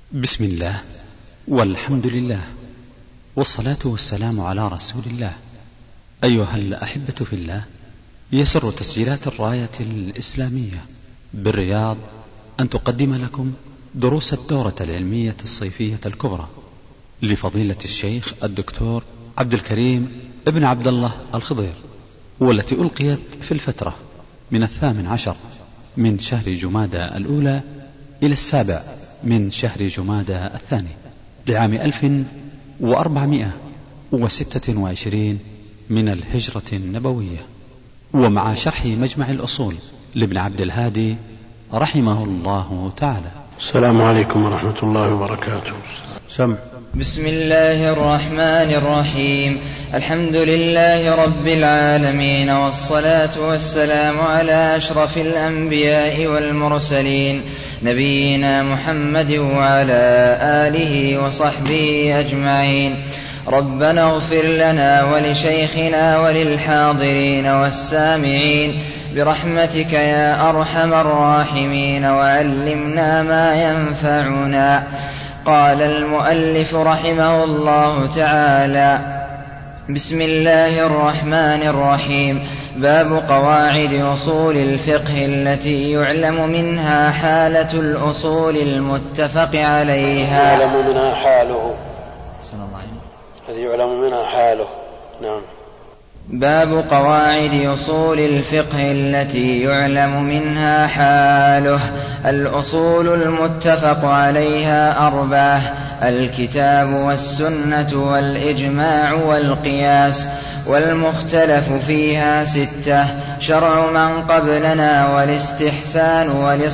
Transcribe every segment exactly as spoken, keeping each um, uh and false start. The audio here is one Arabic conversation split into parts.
بسم الله والحمد لله والصلاة والسلام على رسول الله. أيها الأحبة في الله، يسر تسجيلات الراية الإسلامية بالرياض أن تقدم لكم دروس الدورة العلمية الصيفية الكبرى لفضيلة الشيخ الدكتور عبد الكريم ابن عبد الله الخضير، والتي ألقيت في الفترة من الثامن عشر من شهر جمادى الأولى إلى السابع من شهر جمادى الثاني لعام ألف وأربعمائة وستة وعشرين من الهجرة النبوية، ومع شرح مجمع الأصول لابن عبد الهادي رحمه الله تعالى. السلام عليكم ورحمة الله وبركاته. سم. بسم الله الرحمن الرحيم. الحمد لله رب العالمين، والصلاة والسلام على أشرف الأنبياء والمرسلين، نبينا محمد وعلى آله وصحبه أجمعين. ربنا اغفر لنا ولشيخنا وللحاضرين والسامعين برحمتك يا أرحم الراحمين، وعلمنا ما ينفعنا. قال المؤلف رحمه الله تعالى: بسم الله الرحمن الرحيم. باب قواعد أصول الفقه التي يعلم منها حالة الأصول المتفق عليها. يعلم منها حاله الذي يعلم منها حاله. نعم. باب قواعد أصول الفقه التي يعلم منها حاله. الأصول المتفق عليها أربعة: الكتاب والسنة والإجماع والقياس، والمختلف فيها ستة: شرع من قبلنا، والاستحسان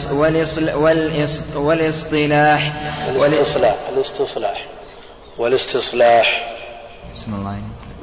والاصطلاح والاستصلاح والاستصلاح بسم الله.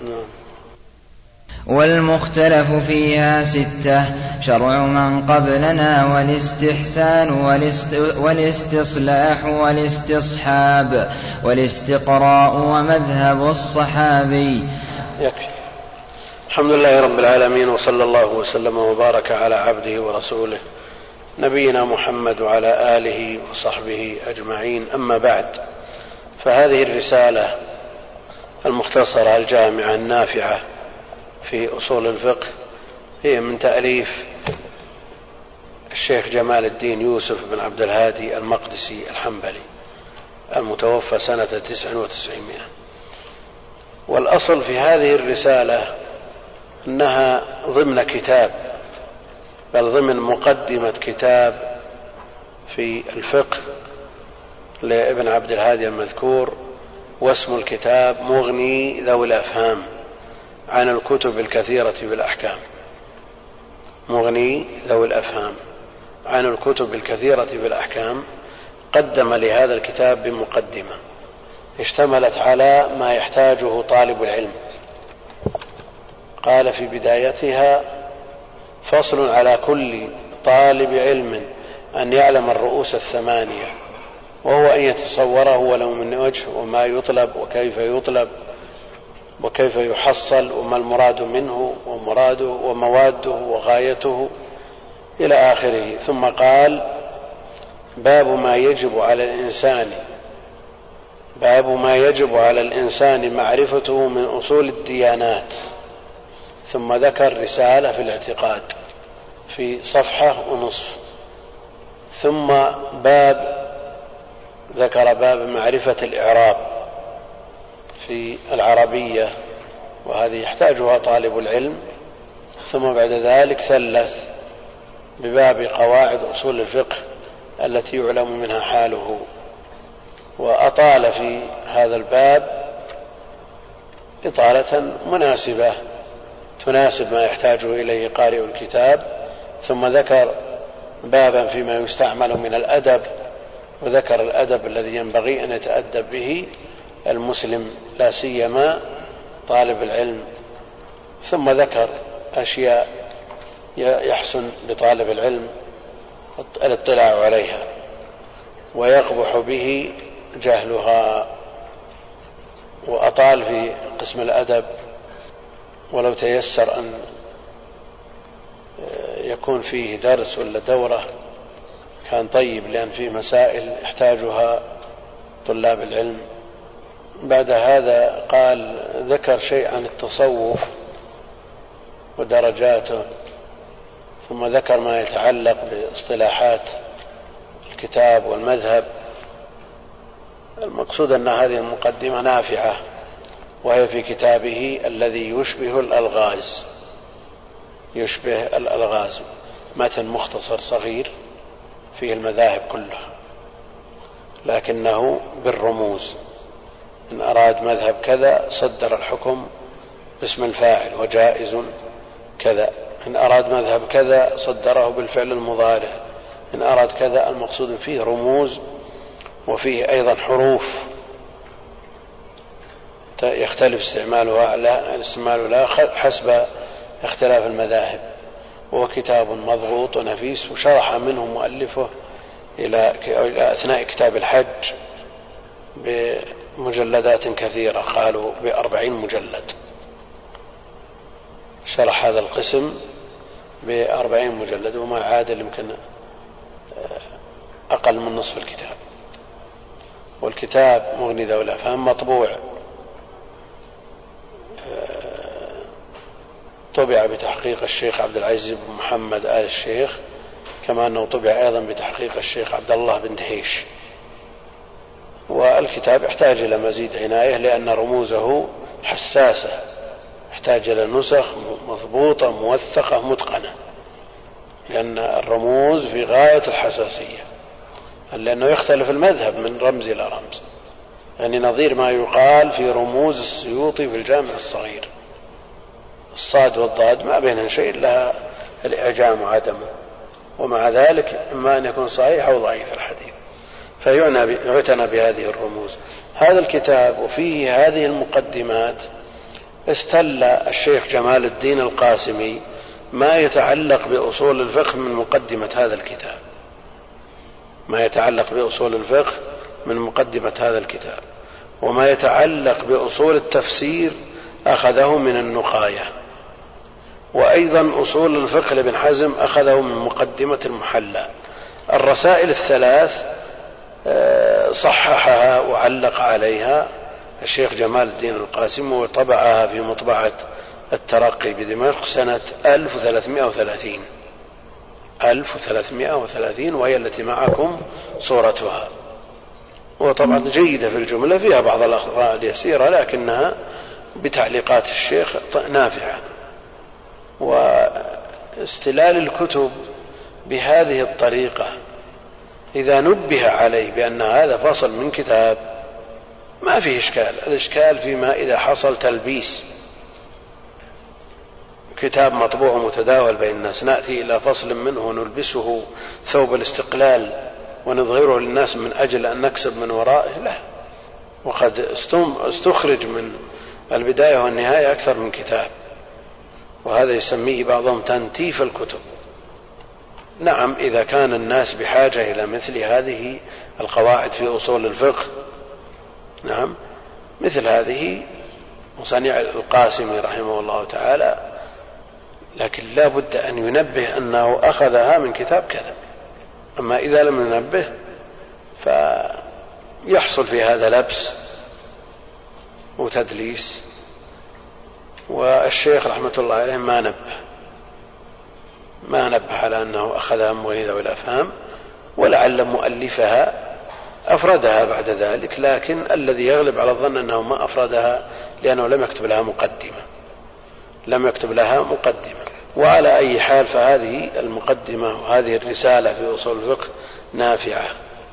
والمختلف فيها ستة: شرع من قبلنا، والاستحسان والاستصلاح والاستصحاب والاستقراء ومذهب الصحابي. يكفي. الحمد لله رب العالمين، وصلى الله وسلم وبارك على عبده ورسوله نبينا محمد وعلى آله وصحبه أجمعين. أما بعد، فهذه الرسالة المختصرة الجامعة النافعة في أصول الفقه هي من تأليف الشيخ جمال الدين يوسف بن عبد الهادي المقدسي الحنبلي المتوفى سنة تسع وتسعمائة. والأصل في هذه الرسالة أنها ضمن كتاب، بل ضمن مقدمة كتاب في الفقه لابن عبد الهادي المذكور، واسم الكتاب مغني ذوي الأفهام عن الكتب الكثيرة بالأحكام. مغني ذوي الأفهام عن الكتب الكثيرة بالأحكام. قدم لهذا الكتاب بمقدمة اشتملت على ما يحتاجه طالب العلم. قال في بدايتها: فصل على كل طالب علم أن يعلم الرؤوس الثمانية، وهو أن يتصوره ولو من وجه، وما يطلب وكيف يطلب وكيف يحصل، وما المراد منه ومراده ومواده وغايته إلى آخره. ثم قال: باب ما يجب على الإنسان باب ما يجب على الإنسان معرفته من أصول الديانات. ثم ذكر رسالة في الاعتقاد في صفحة ونصف. ثم باب ذكر باب معرفة الإعراب في العربية، وهذه يحتاجها طالب العلم. ثم بعد ذلك ثلث بباب قواعد أصول الفقه التي يعلم منها حاله، وأطال في هذا الباب إطالة مناسبة تناسب ما يحتاجه إليه قارئ الكتاب. ثم ذكر بابا فيما يستعمل من الأدب، وذكر الأدب الذي ينبغي أن يتأدب به المسلم، لا سيما طالب العلم. ثم ذكر أشياء يحسن لطالب العلم الاطلاع عليها ويقبح به جهلها. وأطال في قسم الأدب، ولو تيسر أن يكون فيه درس ولا دورة كان طيب، لأن فيه مسائل يحتاجها طلاب العلم. بعد هذا قال ذكر شيء عن التصوف ودرجاته، ثم ذكر ما يتعلق باصطلاحات الكتاب والمذهب. المقصود أن هذه المقدمة نافعة، وهي في كتابه الذي يشبه الألغاز يشبه الألغاز متن مختصر صغير فيه المذاهب كلها، لكنه بالرموز. إن أراد مذهب كذا صدر الحكم باسم الفاعل وجائز كذا، إن أراد مذهب كذا صدره بالفعل المضارع، إن أراد كذا. المقصود فيه رموز وفيه أيضا حروف يختلف استعمالها لا حسب اختلاف المذاهب. وهو كتاب مضغوط ونفيس، وشرح منه مؤلفه إلى أثناء كتاب الحج بمجلدات كثيرة، قالوا بأربعين مجلد، شرح هذا القسم بأربعين مجلد، وما عادل يمكن أقل من نصف الكتاب. والكتاب مغني ذوي الأفهام مطبوع، طبع بتحقيق الشيخ عبد العزيز بن محمد آل الشيخ، كما أنه طبع أيضا بتحقيق الشيخ عبد الله بن دهيش. والكتاب يحتاج إلى مزيد عناية لأن رموزه حساسة، يحتاج إلى نسخ مضبوطة موثقة متقنة، لأن الرموز في غاية الحساسية، لأنه يختلف المذهب من رمز إلى رمز، يعني نظير ما يقال في رموز السيوطي في الجامع الصغير. الصاد والضاد ما بينها شيء إلا الإعجام وعدمه، ومع ذلك إما أن يكون صحيح أو ضعيف الحديث، فيعتنى بهذه الرموز. هذا الكتاب وفيه هذه المقدمات استل الشيخ جمال الدين القاسمي ما يتعلق بأصول الفقه من مقدمة هذا الكتاب، ما يتعلق بأصول الفقه من مقدمة هذا الكتاب، وما يتعلق بأصول التفسير أخذه من النقاية، وأيضا أصول الفقه لابن حزم أخذه من مقدمة المحلى. الرسائل الثلاث صححها وعلق عليها الشيخ جمال الدين القاسم، وطبعها في مطبعة الترقي بدمشق سنة ألف وثلاثمائة وثلاثين ألف وثلاثمائة وثلاثين، وهي التي معكم صورتها. وطبعا جيدة في الجملة، فيها بعض الأخطاء اليسيرة لكنها بتعليقات الشيخ نافعة. واستلال الكتب بهذه الطريقة إذا نبه عليه بأن هذا فصل من كتاب ما فيه إشكال. الإشكال فيما إذا حصل تلبيس، كتاب مطبوع متداول بين الناس، نأتي إلى فصل منه ونلبسه ثوب الاستقلال ونظهره للناس من أجل أن نكسب من ورائه، لا. وقد استخرج من البداية والنهاية أكثر من كتاب، وهذا يسميه بعضهم تنتيف الكتب. نعم، إذا كان الناس بحاجة إلى مثل هذه القواعد في أصول الفقه، نعم، مثل هذه مصنع القاسمي رحمه الله تعالى، لكن لا بد أن ينبه أنه أخذها من كتاب كذا. أما إذا لم ينبه فيحصل في هذا لبس وتدليس. والشيخ رحمة الله عليه ما نبه ما نبه على أنه أخذها من ذوي الأفهام، ولعل مؤلفها أفردها بعد ذلك، لكن الذي يغلب على الظن أنه ما أفردها لأنه لم يكتب لها مقدمة لم يكتب لها مقدمة. وعلى أي حال فهذه المقدمة وهذه الرسالة في أصول الفقه نافعة،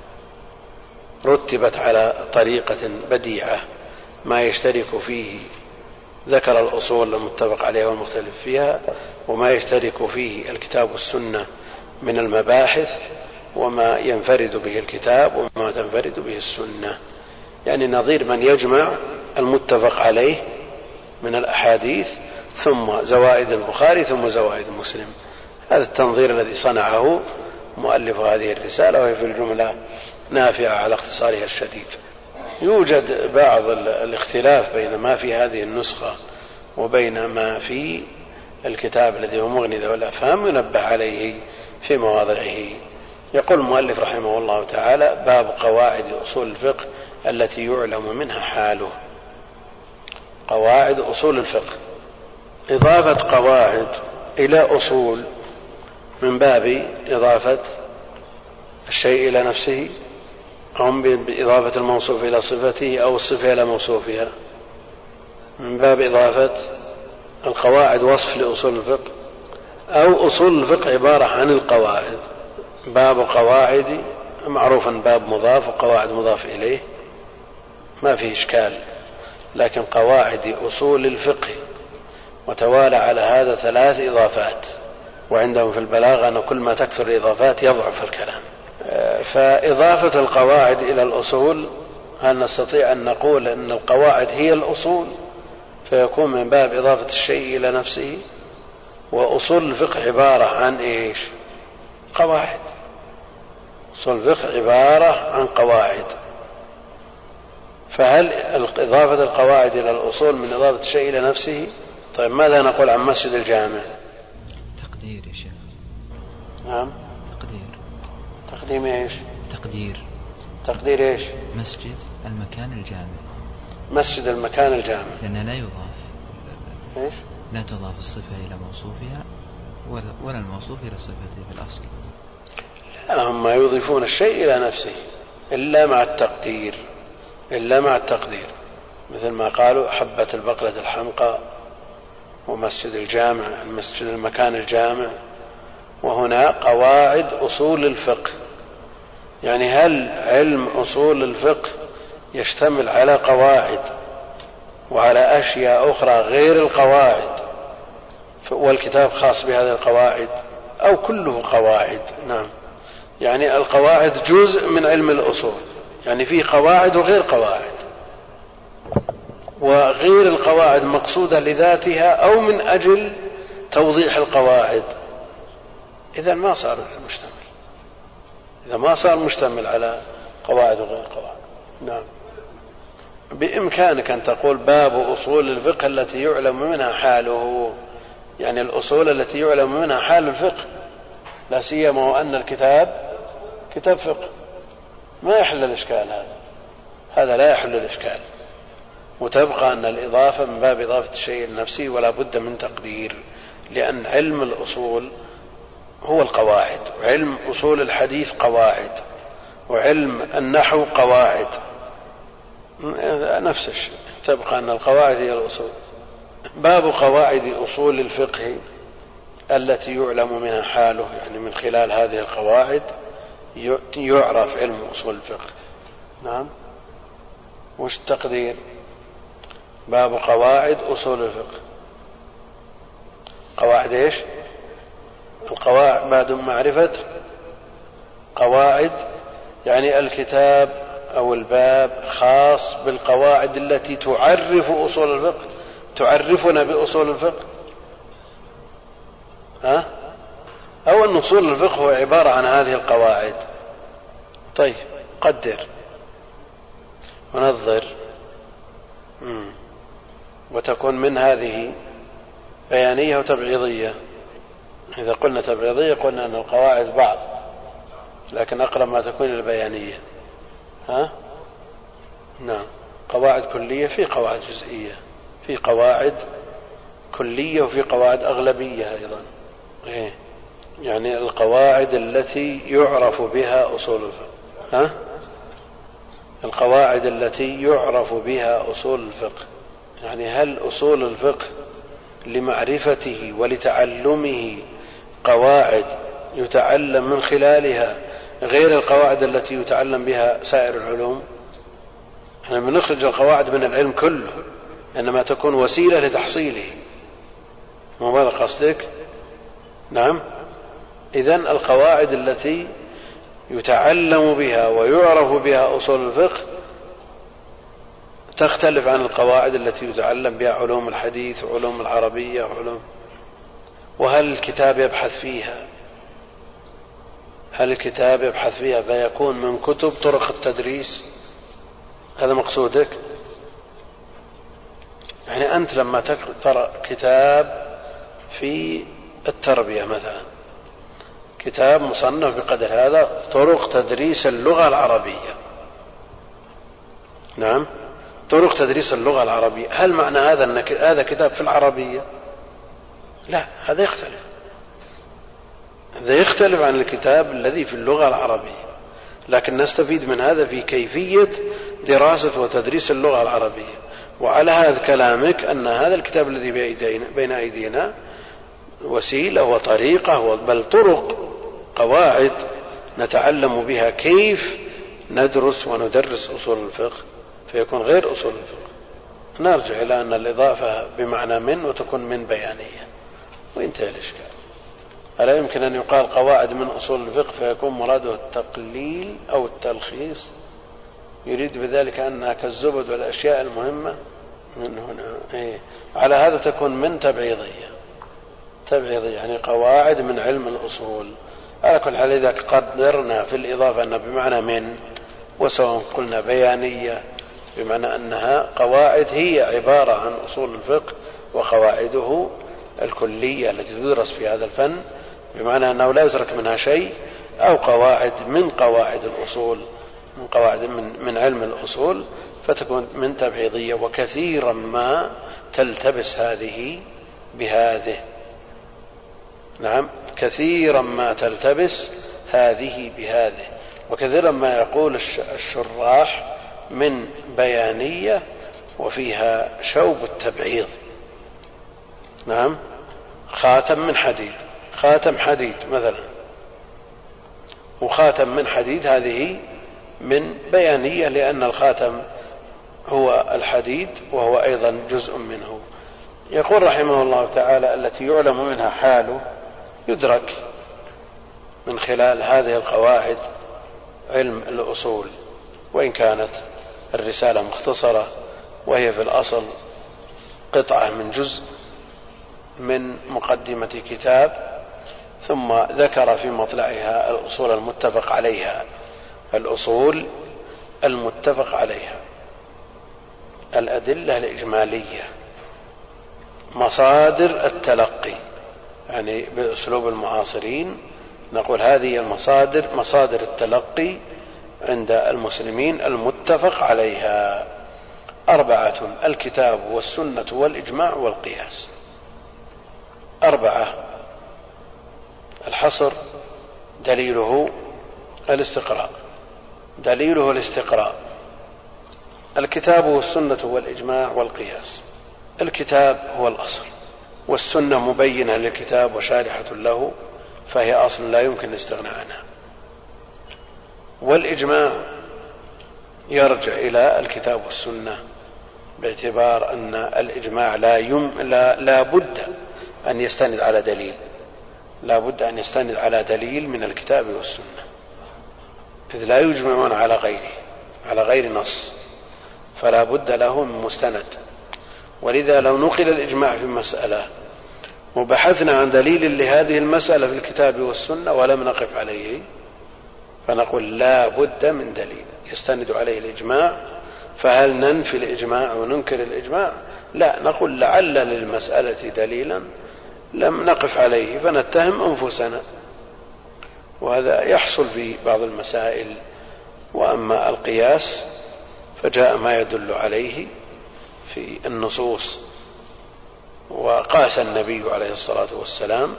رتبت على طريقة بديعة، ما يشترك فيه ذكر الأصول المتفق عليها والمختلف فيها، وما يشترك فيه الكتاب والسنة من المباحث، وما ينفرد به الكتاب وما تنفرد به السنة، يعني نظير من يجمع المتفق عليه من الأحاديث ثم زوائد البخاري ثم زوائد مسلم. هذا التنظير الذي صنعه مؤلف هذه الرسالة، وهي في الجملة نافعة على اختصارها الشديد. يوجد بعض الاختلاف بين ما في هذه النسخة وبين ما في الكتاب الذي هو مغني ذوي الأفهام، ينبه عليه في مواضعه. يقول المؤلف رحمه الله تعالى: باب قواعد أصول الفقه التي يعلم منها حاله. قواعد أصول الفقه. إضافة قواعد إلى أصول من باب إضافة الشيء إلى نفسه، أو بإضافة الموصوف إلى صفته أو الصفة إلى موصوفها، من باب إضافة القواعد وصف لأصول الفقه، أو أصول الفقه عبارة عن القواعد. باب قواعد معروفا باب مضاف وقواعد مضاف إليه ما فيه إشكال، لكن قواعد أصول الفقه وتوالى على هذا ثلاث إضافات، وعندهم في البلاغة أن كل ما تكثر الإضافات يضعف الكلام. فإضافة القواعد إلى الأصول، هل نستطيع أن نقول أن القواعد هي الأصول فيكون من باب إضافة الشيء إلى نفسه؟ وأصول الفقه عبارة عن إيش؟ قواعد. أصول الفقه عبارة عن قواعد، فهل إضافة القواعد إلى الأصول من إضافة الشيء إلى نفسه؟ طيب ماذا نقول عن مسجد الجامع؟ تقدير يا شيخ. نعم تقدير. تقديم إيش؟ تقدير. تقدير إيش؟ مسجد المكان الجامع. مسجد المكان الجامع، لأنه لا يضاف إيش؟ لا تضاف الصفة إلى موصوفها ولا, ولا الموصوف إلى صفته في الأصل. لا، هم يضيفون الشيء إلى نفسه إلا مع التقدير، إلا مع التقدير، مثل ما قالوا حبة البقلة الحمقى ومسجد الجامع، المسجد المكان الجامع. وهنا قواعد أصول الفقه، يعني هل علم أصول الفقه يشتمل على قواعد وعلى أشياء أخرى غير القواعد والكتاب خاص بهذه القواعد، أو كله قواعد؟ نعم، يعني القواعد جزء من علم الأصول، يعني فيه قواعد وغير قواعد، وغير القواعد مقصودة لذاتها أو من أجل توضيح القواعد. إذا ما صار مشتمل، إذا ما صار مشتمل على قواعد وغير قواعد. نعم، بإمكانك أن تقول باب أصول الفقه التي يعلم منها حاله، يعني الأصول التي يعلم منها حال الفقه، لا سيما وأن الكتاب كتاب فقه، ما يحل الإشكال هذا، هذا لا يحل الإشكال. وتبقى أن الإضافة من باب إضافة الشيء لنفسه، ولا بد من تقدير، لأن علم الأصول هو القواعد، وعلم أصول الحديث قواعد، وعلم النحو قواعد، نفس الشيء، تبقى أن القواعد هي الأصول. باب قواعد أصول الفقه التي يعلم منها حاله، يعني من خلال هذه القواعد يعرف علم أصول الفقه. نعم، وش التقدير؟ باب قواعد أصول الفقه. قواعد إيش؟ القواعد بعد معرفة قواعد، يعني الكتاب أو الباب خاص بالقواعد التي تعرف أصول الفقه، تعرفنا بأصول الفقه، ها؟ أو أن أصول الفقه هو عبارة عن هذه القواعد. طيب قدر ونظر، مم. وتكون من هذه بيانية وتبعيضية. إذا قلنا تبعيضية قلنا أن القواعد بعض، لكن أقرب ما تكون البيانية. ها؟ نعم، قواعد كلية، في قواعد جزئية، في قواعد كلية وفي قواعد أغلبية أيضا. إيه؟ يعني القواعد التي يعرف بها أصول الفقه. ها؟ القواعد التي يعرف بها أصول الفقه، يعني هل أصول الفقه لمعرفته ولتعلمه قواعد يتعلم من خلالها غير القواعد التي يتعلم بها سائر العلوم؟ احنا بنخرج القواعد من العلم كله، إنما تكون وسيلة لتحصيله. ما هذا قصدك؟ نعم. إذن القواعد التي يتعلم بها ويعرف بها أصول الفقه تختلف عن القواعد التي يتعلم بها علوم الحديث وعلوم العربية وعلوم. وهل الكتاب يبحث فيها؟ هل الكتاب يبحث فيها فيكون من كتب طرق التدريس؟ هذا مقصودك؟ يعني أنت لما ترى كتاب في التربية مثلا، كتاب مصنف بقدر هذا طرق تدريس اللغة العربية، نعم. طرق تدريس اللغة العربية، هل معنى هذا أن هذا كتاب في العربية؟ لا، هذا يختلف، هذا يختلف عن الكتاب الذي في اللغة العربية، لكن نستفيد من هذا في كيفية دراسة وتدريس اللغة العربية. وعلى هذا كلامك أن هذا الكتاب الذي بين أيدينا وسيلة وطريقة، بل طرق، قواعد نتعلم بها كيف ندرس وندرس أصول الفقه، فيكون غير أصول الفقه. نرجع إلى أن الإضافة بمعنى من وتكون من بيانية، وانتهى الإشكال. ألا يمكن أن يقال قواعد من أصول الفقه فيكون مراده التقليل أو التلخيص، يريد بذلك أنها كالزبد والأشياء المهمة من هنا. إيه؟ على هذا تكون من تبعيضية، تبعيضية يعني قواعد من علم الأصول. على كل حال إذا قدرنا في الإضافة أنها بمعنى من، وسواء قلنا بيانية بمعنى أنها قواعد هي عبارة عن أصول الفقه وقواعده الكلية التي تدرس في هذا الفن بمعنى أنه لا يترك منها شيء، أو قواعد من قواعد الأصول، من قواعد من, من علم الأصول، فتكون من تبعيضية. وكثيرا ما تلتبس هذه بهذه، نعم، كثيرا ما تلتبس هذه بهذه، وكثيرا ما يقول الشراح من بيانية وفيها شوب التبعيض. نعم، خاتم من حديد، خاتم حديد مثلا، وخاتم من حديد هذه من بيانية، لأن الخاتم هو الحديد وهو أيضا جزء منه. يقول رحمه الله تعالى: التي يعلم منها حاله يدرك من خلال هذه القواعد علم الأصول، وإن كانت الرسالة مختصرة، وهي في الأصل قطعة من جزء من مقدمة كتاب، ثم ذكر في مطلعها الأصول المتفق عليها، الأصول المتفق عليها، الأدلة الإجمالية، مصادر التلقي، يعني بأسلوب المعاصرين نقول هذه المصادر، مصادر التلقي عند المسلمين المتفق عليها أربعة: الكتاب والسنة والإجماع والقياس. أربعة. الحصر دليله الاستقراء، دليله الاستقراء، الكتاب والسنة والإجماع والقياس. الكتاب هو الأصل، والسنة مبينة للكتاب وشارحة له، فهي أصل لا يمكن الاستغناء عنها. والإجماع يرجع إلى الكتاب والسنة، باعتبار أن الإجماع لا, يم لا, لا بد أن يستند على دليل، لا بد أن يستند على دليل من الكتاب والسنة، إذ لا يجمعون على غيره، على غير نص، فلا بد له من مستند. ولذا لو نقل الإجماع في مسألة وبحثنا عن دليل لهذه المسألة في الكتاب والسنة ولم نقف عليه، فنقول لا بد من دليل يستند عليه الإجماع. فهل ننفي الإجماع وننكر الإجماع؟ لا، نقول لعل للمسألة دليلا لم نقف عليه فنتهم أنفسنا، وهذا يحصل في بعض المسائل. وأما القياس فجاء ما يدل عليه في النصوص، وقاس النبي عليه الصلاة والسلام،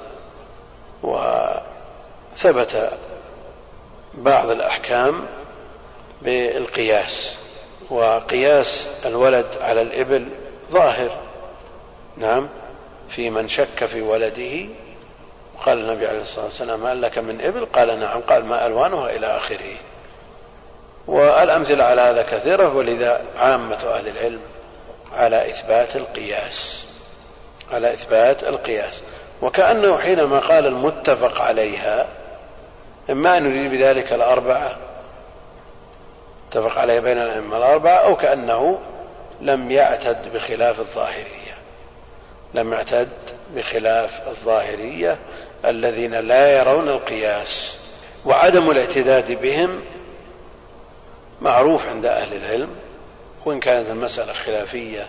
وثبت بعض الأحكام بالقياس. وقياس الولد على الإبل ظاهر، نعم، في من شك في ولده، قال النبي عليه الصلاة والسلام: هل لك من إبل؟ قال: نعم. قال: ما ألوانها؟ إلى آخره. والأمثلة على هذا كثيرة، ولذا عامة أهل العلم على إثبات القياس، على إثبات القياس. وكأنه حينما قال المتفق عليها إما أن يريد بذلك الأربعة، اتفق عليه بين الأئمة الأربعة، أو كأنه لم يعتد بخلاف الظاهرية، لم يعتد بخلاف الظاهرية الذين لا يرون القياس. وعدم الاعتداد بهم معروف عند أهل العلم، وإن كانت المسألة خلافية،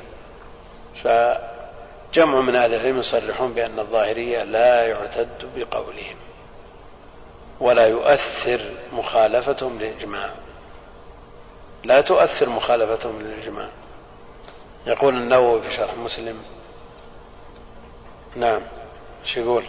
فجمع من أهل العلم يصرحون بأن الظاهرية لا يعتد بقولهم ولا يؤثر مخالفتهم للإجماع. لا تؤثر مخالفتهم للإجماع. يقول النووي في شرح مسلم. نعم، شو يقول؟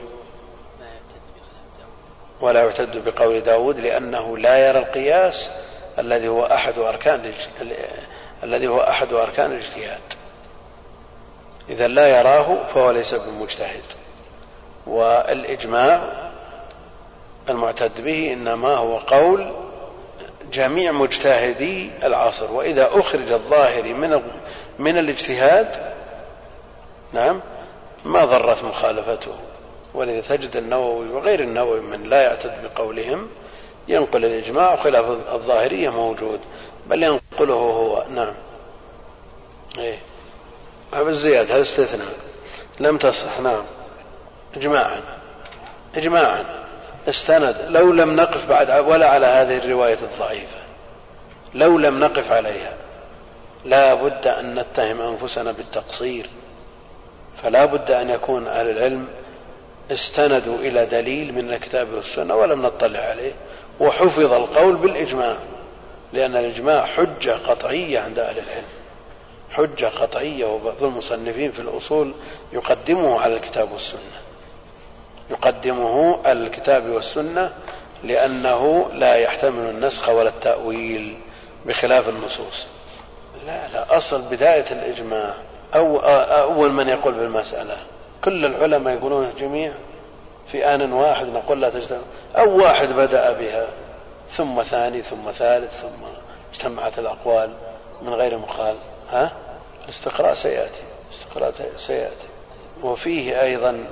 ولا يعتد بقول داود لأنه لا يرى القياس الذي هو أحد أركان الذي هو أحد أركان الاجتهاد. إذا لا يراه فهو ليس بمجتهد. والإجماع المعتد به إنما هو قول جميع مجتهدي العصر، وإذا أخرج الظاهري من من الاجتهاد نعم ما ضرت مخالفته. ولذا تجد النووي وغير النووي من لا يعتد بقولهم ينقل الإجماع، وخلاف الظاهرية موجود بل ينقله هو. نعم. إيه أبو الزياد هل استثناء لم تصح؟ نعم، إجماعا إجماعا استند. لو لم نقف بعد ولا على هذه الرواية الضعيفة، لو لم نقف عليها لا بد أن نتهم أنفسنا بالتقصير. فلا بد أن يكون أهل العلم استندوا إلى دليل من الكتاب والسنة ولم نطلع عليه، وحفظ القول بالإجماع، لأن الإجماع حجة قطعية عند أهل العلم، حجة قطعية. وبعض المصنفين في الأصول يقدمه على الكتاب والسنة، يقدمه على الكتاب والسنة لأنه لا يحتمل النسخ ولا التأويل بخلاف النصوص. لا لا، أصل بداية الإجماع أو أول من يقول بالمسألة كل العلماء يقولون الجميع في آن واحد، نقول لا تجتمع، أو واحد بدأ بها ثم ثاني ثم ثالث ثم اجتمعت الأقوال من غير مخال. ها الاستقراء سيأتي، الاستقراء سيأتي. وفيه أيضا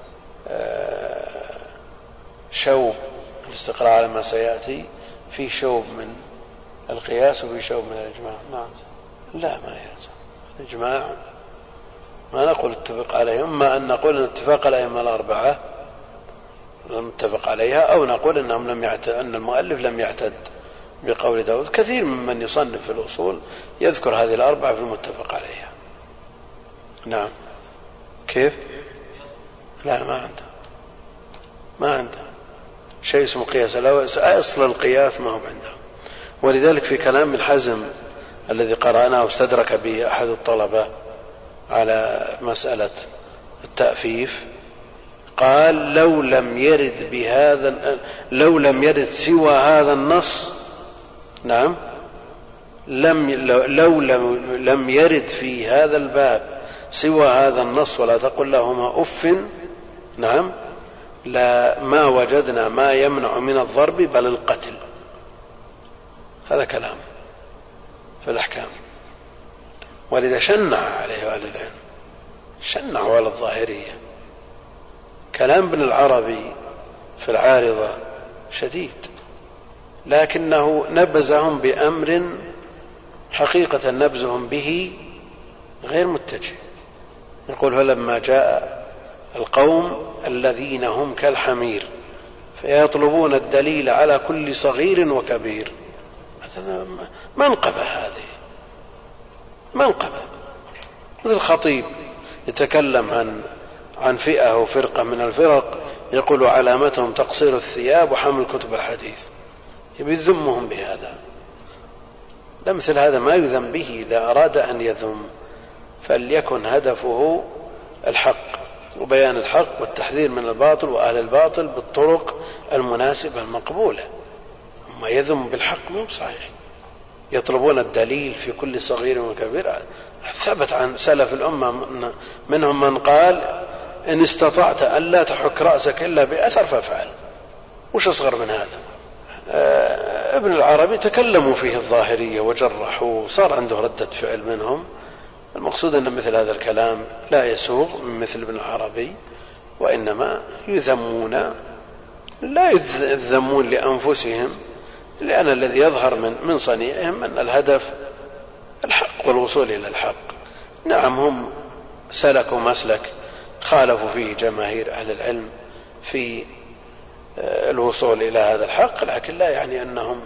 شوب الاستقراء على ما سيأتي، فيه شوب من القياس وفيه شوب من الإجماع. نعم. لا ما يلزم الإجماع، ما نقول اتفق عليه، إما أن نقول أن اتفاق الأئمة الأربعة لم نتفق عليها، أو نقول أنهم لم يعتد، أن المؤلف لم يعتد بقول داود. كثير ممن يصنف في الأصول يذكر هذه الأربعة في المتفق عليها. نعم. كيف؟ لا ما عنده ما عنده شيء اسمه قياس، أصل القياس ما هو عنده. ولذلك في كلام ابن حزم الذي قرأناه واستدرك به أحد الطلبة على مسألة التأفيف قال لو لم يرد بهذا لو لم يرد سوى هذا النص نعم لم لو لم, لم يرد في هذا الباب سوى هذا النص ولا تقل لهما أف نعم لا ما وجدنا ما يمنع من الضرب بل القتل. هذا كلام في الأحكام. ولذا شنع عليه أهل العلم، شنعوا على الظاهرية. كلام ابن العربي في العارضة شديد، لكنه نبذهم بأمر حقيقة نبذهم به غير متجه. يقول فلما جاء القوم الذين هم كالحمير فيطلبون الدليل على كل صغير وكبير، منقبة هذه منقبة. مثل الخطيب يتكلم عن عن فئة وفرقة من الفرق يقول علامتهم تقصير الثياب وحمل كتب الحديث، يبي يذمهم بهذا. لا، مثل هذا ما يذم به. إذا أراد أن يذم فليكن هدفه الحق وبيان الحق والتحذير من الباطل وأهل الباطل بالطرق المناسبة المقبولة. أما يذم بالحق مو صحيح. يطلبون الدليل في كل صغير وكبير. ثبت عن سلف الأمة منهم من قال إن استطعت أن لا تحك رأسك إلا بأثر فافعل. وش أصغر من هذا؟ آه ابن العربي تكلموا فيه الظاهرية وجرحوا، صار عنده ردة فعل منهم. المقصود أن مثل هذا الكلام لا يسوغ من مثل ابن العربي، وإنما يذمون لا يذمون لأنفسهم، لأن الذي يظهر من من صنيعهم أن الهدف الحق والوصول إلى الحق. نعم هم سلكوا مسلك خالفوا فيه جماهير أهل العلم في الوصول إلى هذا الحق، لكن لا يعني أنهم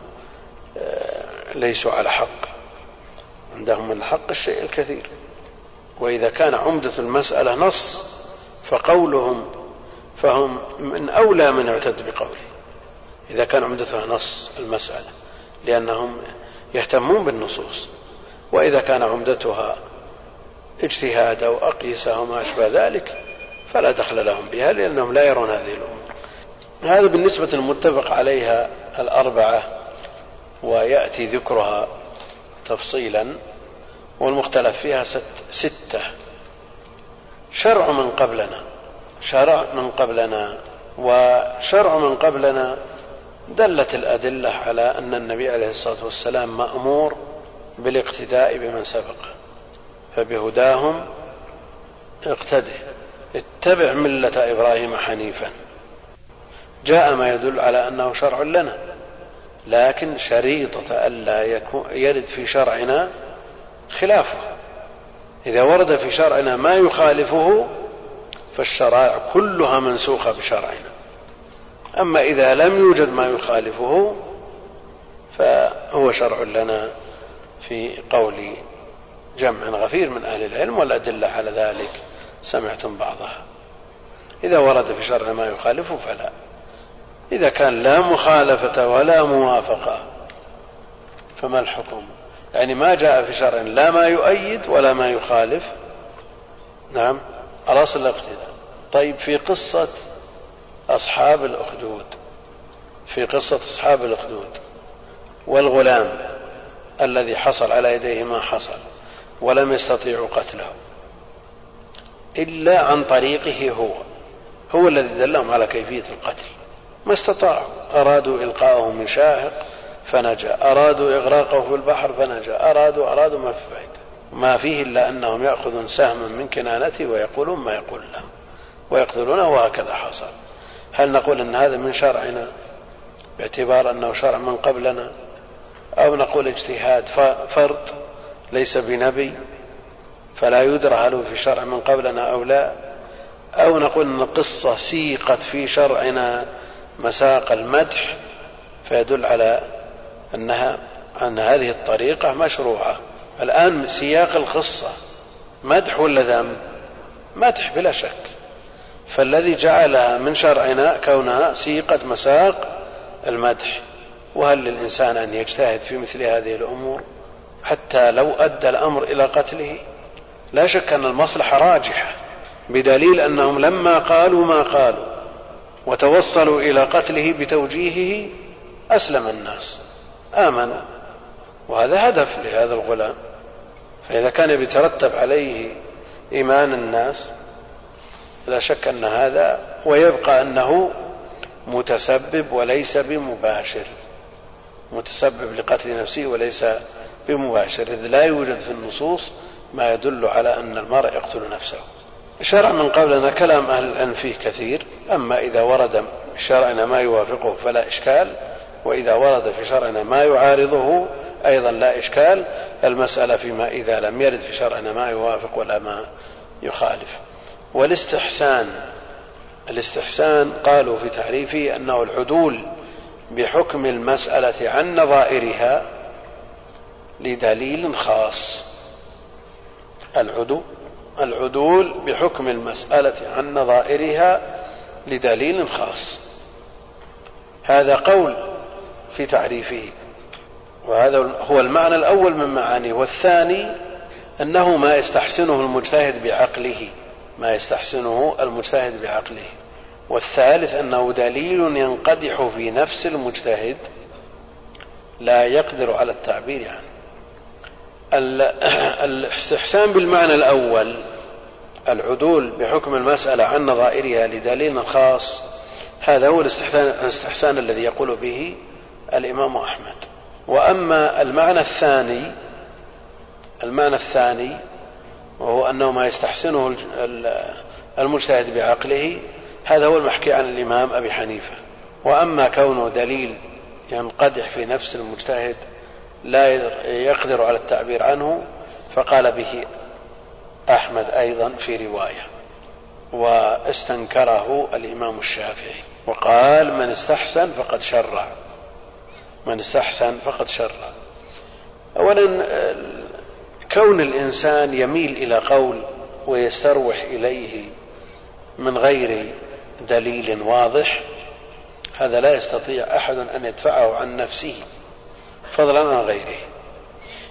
ليسوا على حق. عندهم من الحق الشيء الكثير. وإذا كان عمدة المسألة نص فقولهم فهم من أولى من يعتد بقوله إذا كان عمدتها نص المسألة، لأنهم يهتمون بالنصوص، وإذا كان عمدتها اجتهاد أو أقيسة وما أشبه ذلك فلا دخل لهم بها، لأنهم لا يرون هذه الأمور. هذا بالنسبة المتفق عليها الأربعة، ويأتي ذكرها تفصيلا، والمختلف فيها ستة. شرع من قبلنا، شرع من قبلنا وشرع من قبلنا دلت الأدلة على أن النبي عليه الصلاة والسلام مأمور بالاقتداء بمن سبق، فبهداهم اقتده، اتبع ملة إبراهيم حنيفا. جاء ما يدل على أنه شرع لنا، لكن شريطة ألا يرد في شرعنا خلافه. إذا ورد في شرعنا ما يخالفه فالشرائع كلها منسوخة بشرعنا، أما إذا لم يوجد ما يخالفه فهو شرع لنا في قول جمع غفير من أهل العلم، والأدلة على ذلك سمعتم بعضها. إذا ورد في شرعنا ما يخالفه فلا. إذا كان لا مخالفة ولا موافقة فما الحكم؟ يعني ما جاء في شرع لا ما يؤيد ولا ما يخالف، نعم الأصل الاقتداء. طيب في قصة أصحاب الأخدود، في قصة أصحاب الأخدود والغلام الذي حصل على يديه ما حصل ولم يستطيعوا قتله إلا عن طريقه هو، هو الذي دلهم على كيفية القتل، ما استطاعوا. أرادوا إلقاءه من شاهق فنجا، أرادوا إغراقه في البحر فنجا، أرادوا أرادوا ما في فائدة، ما فيه إلا أنهم يأخذون سهما من كنانته ويقولون ما يقول له ويقتلونه، وهكذا حصل. هل نقول أن هذا من شرعنا باعتبار أنه شرع من قبلنا، أو نقول اجتهاد فرد ليس بنبي فلا يدرى هل هو في شرع من قبلنا أو لا، أو نقول أن القصة سيقت في شرعنا مساق المدح فيدل على أنها أن هذه الطريقة مشروعة. الآن سياق القصة مدح ولا ذم؟ مدح بلا شك، فالذي جعلها من شرعنا كونها سيقت مساق المدح. وهل للإنسان أن يجتهد في مثل هذه الأمور حتى لو أدى الأمر إلى قتله؟ لا شك أن المصلحة راجحة، بدليل أنهم لما قالوا ما قالوا وتوصلوا إلى قتله بتوجيهه أسلم الناس، آمنوا، وهذا هدف لهذا الغلام. فإذا كان يترتب عليه إيمان الناس لا شك أن هذا، ويبقى أنه متسبب وليس بمباشر، متسبب لقتل نفسه وليس بمباشر، إذ لا يوجد في النصوص ما يدل على أن المرء يقتل نفسه. شرع من قبلنا كلام أهل العلم فيه كثير، أما إذا ورد في شرعنا ما يوافقه فلا إشكال، وإذا ورد في شرعنا ما يعارضه أيضا لا إشكال. المسألة فيما إذا لم يرد في شرعنا ما يوافق ولا ما يخالف. والاستحسان، الاستحسان قالوا في تعريفه أنه العدول بحكم المسألة عن نظائرها لدليل خاص. العدول العدول بحكم المسألة عن نظائرها لدليل خاص، هذا قول في تعريفه، وهذا هو المعنى الأول من معانيه. والثاني أنه ما يستحسنه المجتهد بعقله، ما يستحسنه المجتهد بعقله. والثالث أنه دليل ينقدح في نفس المجتهد لا يقدر على التعبير عنه. الاستحسان بالمعنى الأول العدول بحكم المسألة عن نظائرها لدليل خاص، هذا هو الاستحسان الذي يقول به الإمام أحمد. وأما المعنى الثاني المعنى الثاني وهو أنه ما يستحسنه المجتهد بعقله، هذا هو المحكي عن الإمام أبي حنيفة. وأما كونه دليل ينقدح في نفس المجتهد لا يقدر على التعبير عنه، فقال به أحمد أيضا في رواية، واستنكره الإمام الشافعي وقال من استحسن فقد شرع، من استحسن فقد شرع. أولا كون الإنسان يميل إلى قول ويستروح إليه من غير دليل واضح، هذا لا يستطيع أحد أن يدفعه عن نفسه فضلا عن غيره.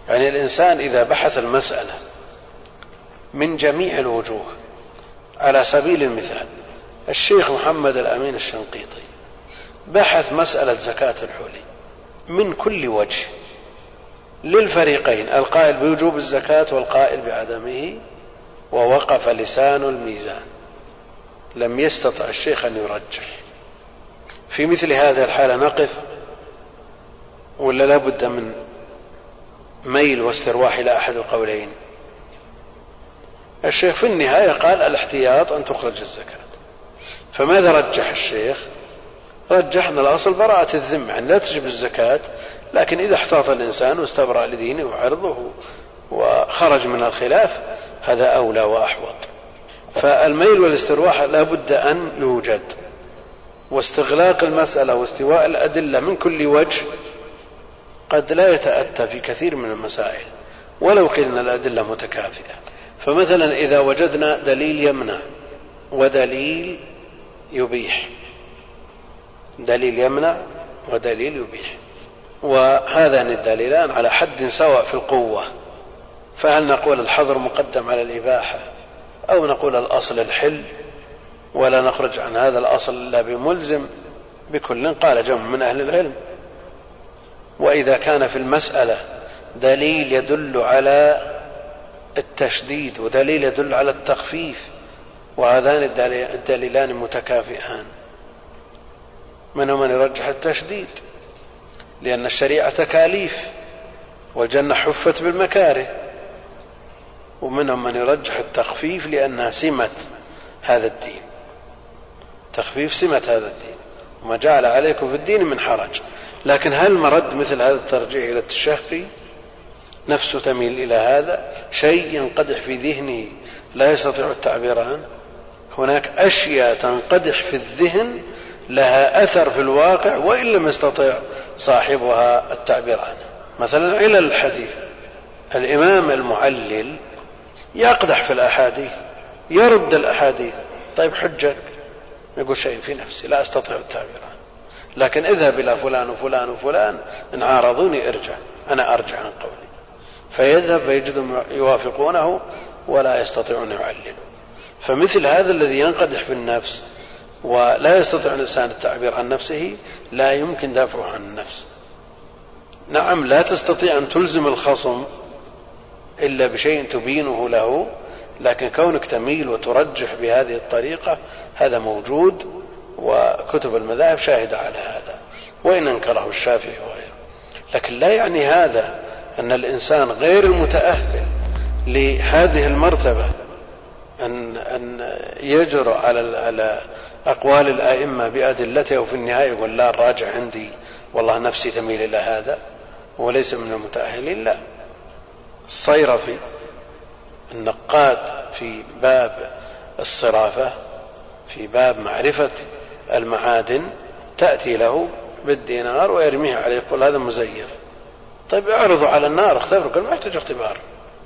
يعني الإنسان إذا بحث المسألة من جميع الوجوه، على سبيل المثال الشيخ محمد الأمين الشنقيطي بحث مسألة زكاة الحلي من كل وجه للفريقين، القائل بوجوب الزكاة والقائل بعدمه، ووقف لسان الميزان، لم يستطع الشيخ أن يرجح. في مثل هذه الحالة نقف ولا لا بد من ميل واسترواح إلى أحد القولين؟ الشيخ في النهاية قال الاحتياط أن تخرج الزكاة. فماذا رجح الشيخ؟ رجح أن الأصل براءة الذمة، أن لا تجب الزكاة، لكن إذا احتاط الإنسان واستبرأ لدينه وعرضه وخرج من الخلاف هذا أولى وأحوط. فالميل والاسترواح لا بد أن يوجد، واستغلاق المسألة واستواء الأدلة من كل وجه قد لا يتأتى في كثير من المسائل ولو كان الأدلة متكافئة. فمثلا إذا وجدنا دليل يمنع ودليل يبيح، دليل يمنع ودليل يبيح، وهذان الدليلان على حد سواء في القوة، فهل نقول الحظر مقدم على الإباحة أو نقول الأصل الحل ولا نخرج عن هذا الأصل إلا بملزم؟ بكل قال جمع من أهل العلم. وإذا كان في المسألة دليل يدل على التشديد ودليل يدل على التخفيف وهذان الدليلان متكافئان، منهم من يرجح التشديد لأن الشريعة تكاليف والجنة حفت بالمكاره، ومنهم من يرجح التخفيف لأنها سمة هذا الدين، تخفيف سمة هذا الدين وما جعل عليكم في الدين من حرج. لكن هل مرد مثل هذا الترجيح إلى التشهي؟ نفسه تميل إلى هذا، شيء ينقدح في ذهنه لا يستطيع التعبير عنه. هناك أشياء تنقدح في الذهن لها أثر في الواقع وإن لم يستطيع صاحبها التعبير عنه. مثلا علل الحديث، الإمام المعلل يقدح في الأحاديث، يرد الأحاديث، طيب حجك؟ يقول شيء في نفسي لا أستطيع التعبير عنه، لكن اذهب إلى فلان وفلان وفلان إن عارضوني ارجع، أنا أرجع عن قولي، فيذهب فيجدهم يوافقونه ولا يستطيعون يعللوا. فمثل هذا الذي ينقدح في النفس ولا يستطيع الإنسان التعبير عن نفسه لا يمكن دافعه عن النفس. نعم لا تستطيع أن تلزم الخصم إلا بشيء تبينه له، لكن كونك تميل وترجح بهذه الطريقة هذا موجود، وكتب المذاهب شاهدة على هذا وإن أنكره الشافعي وغيره. لكن لا يعني هذا أن الإنسان غير المتأهل لهذه المرتبة أن أن يجرؤ على على أقوال الآئمة بأدلته وفي النهاية يقول لا الراجع عندي والله نفسي تميل إلى هذا وليس من المتأهلين. لا، الصيرفي النقاد في باب الصرافة في باب معرفة المعادن تأتي له بالدينار ويرميه عليه يقول هذا مزيف، طيب اعرضوا على النار اختبروا، قال ما يحتاج اختبار،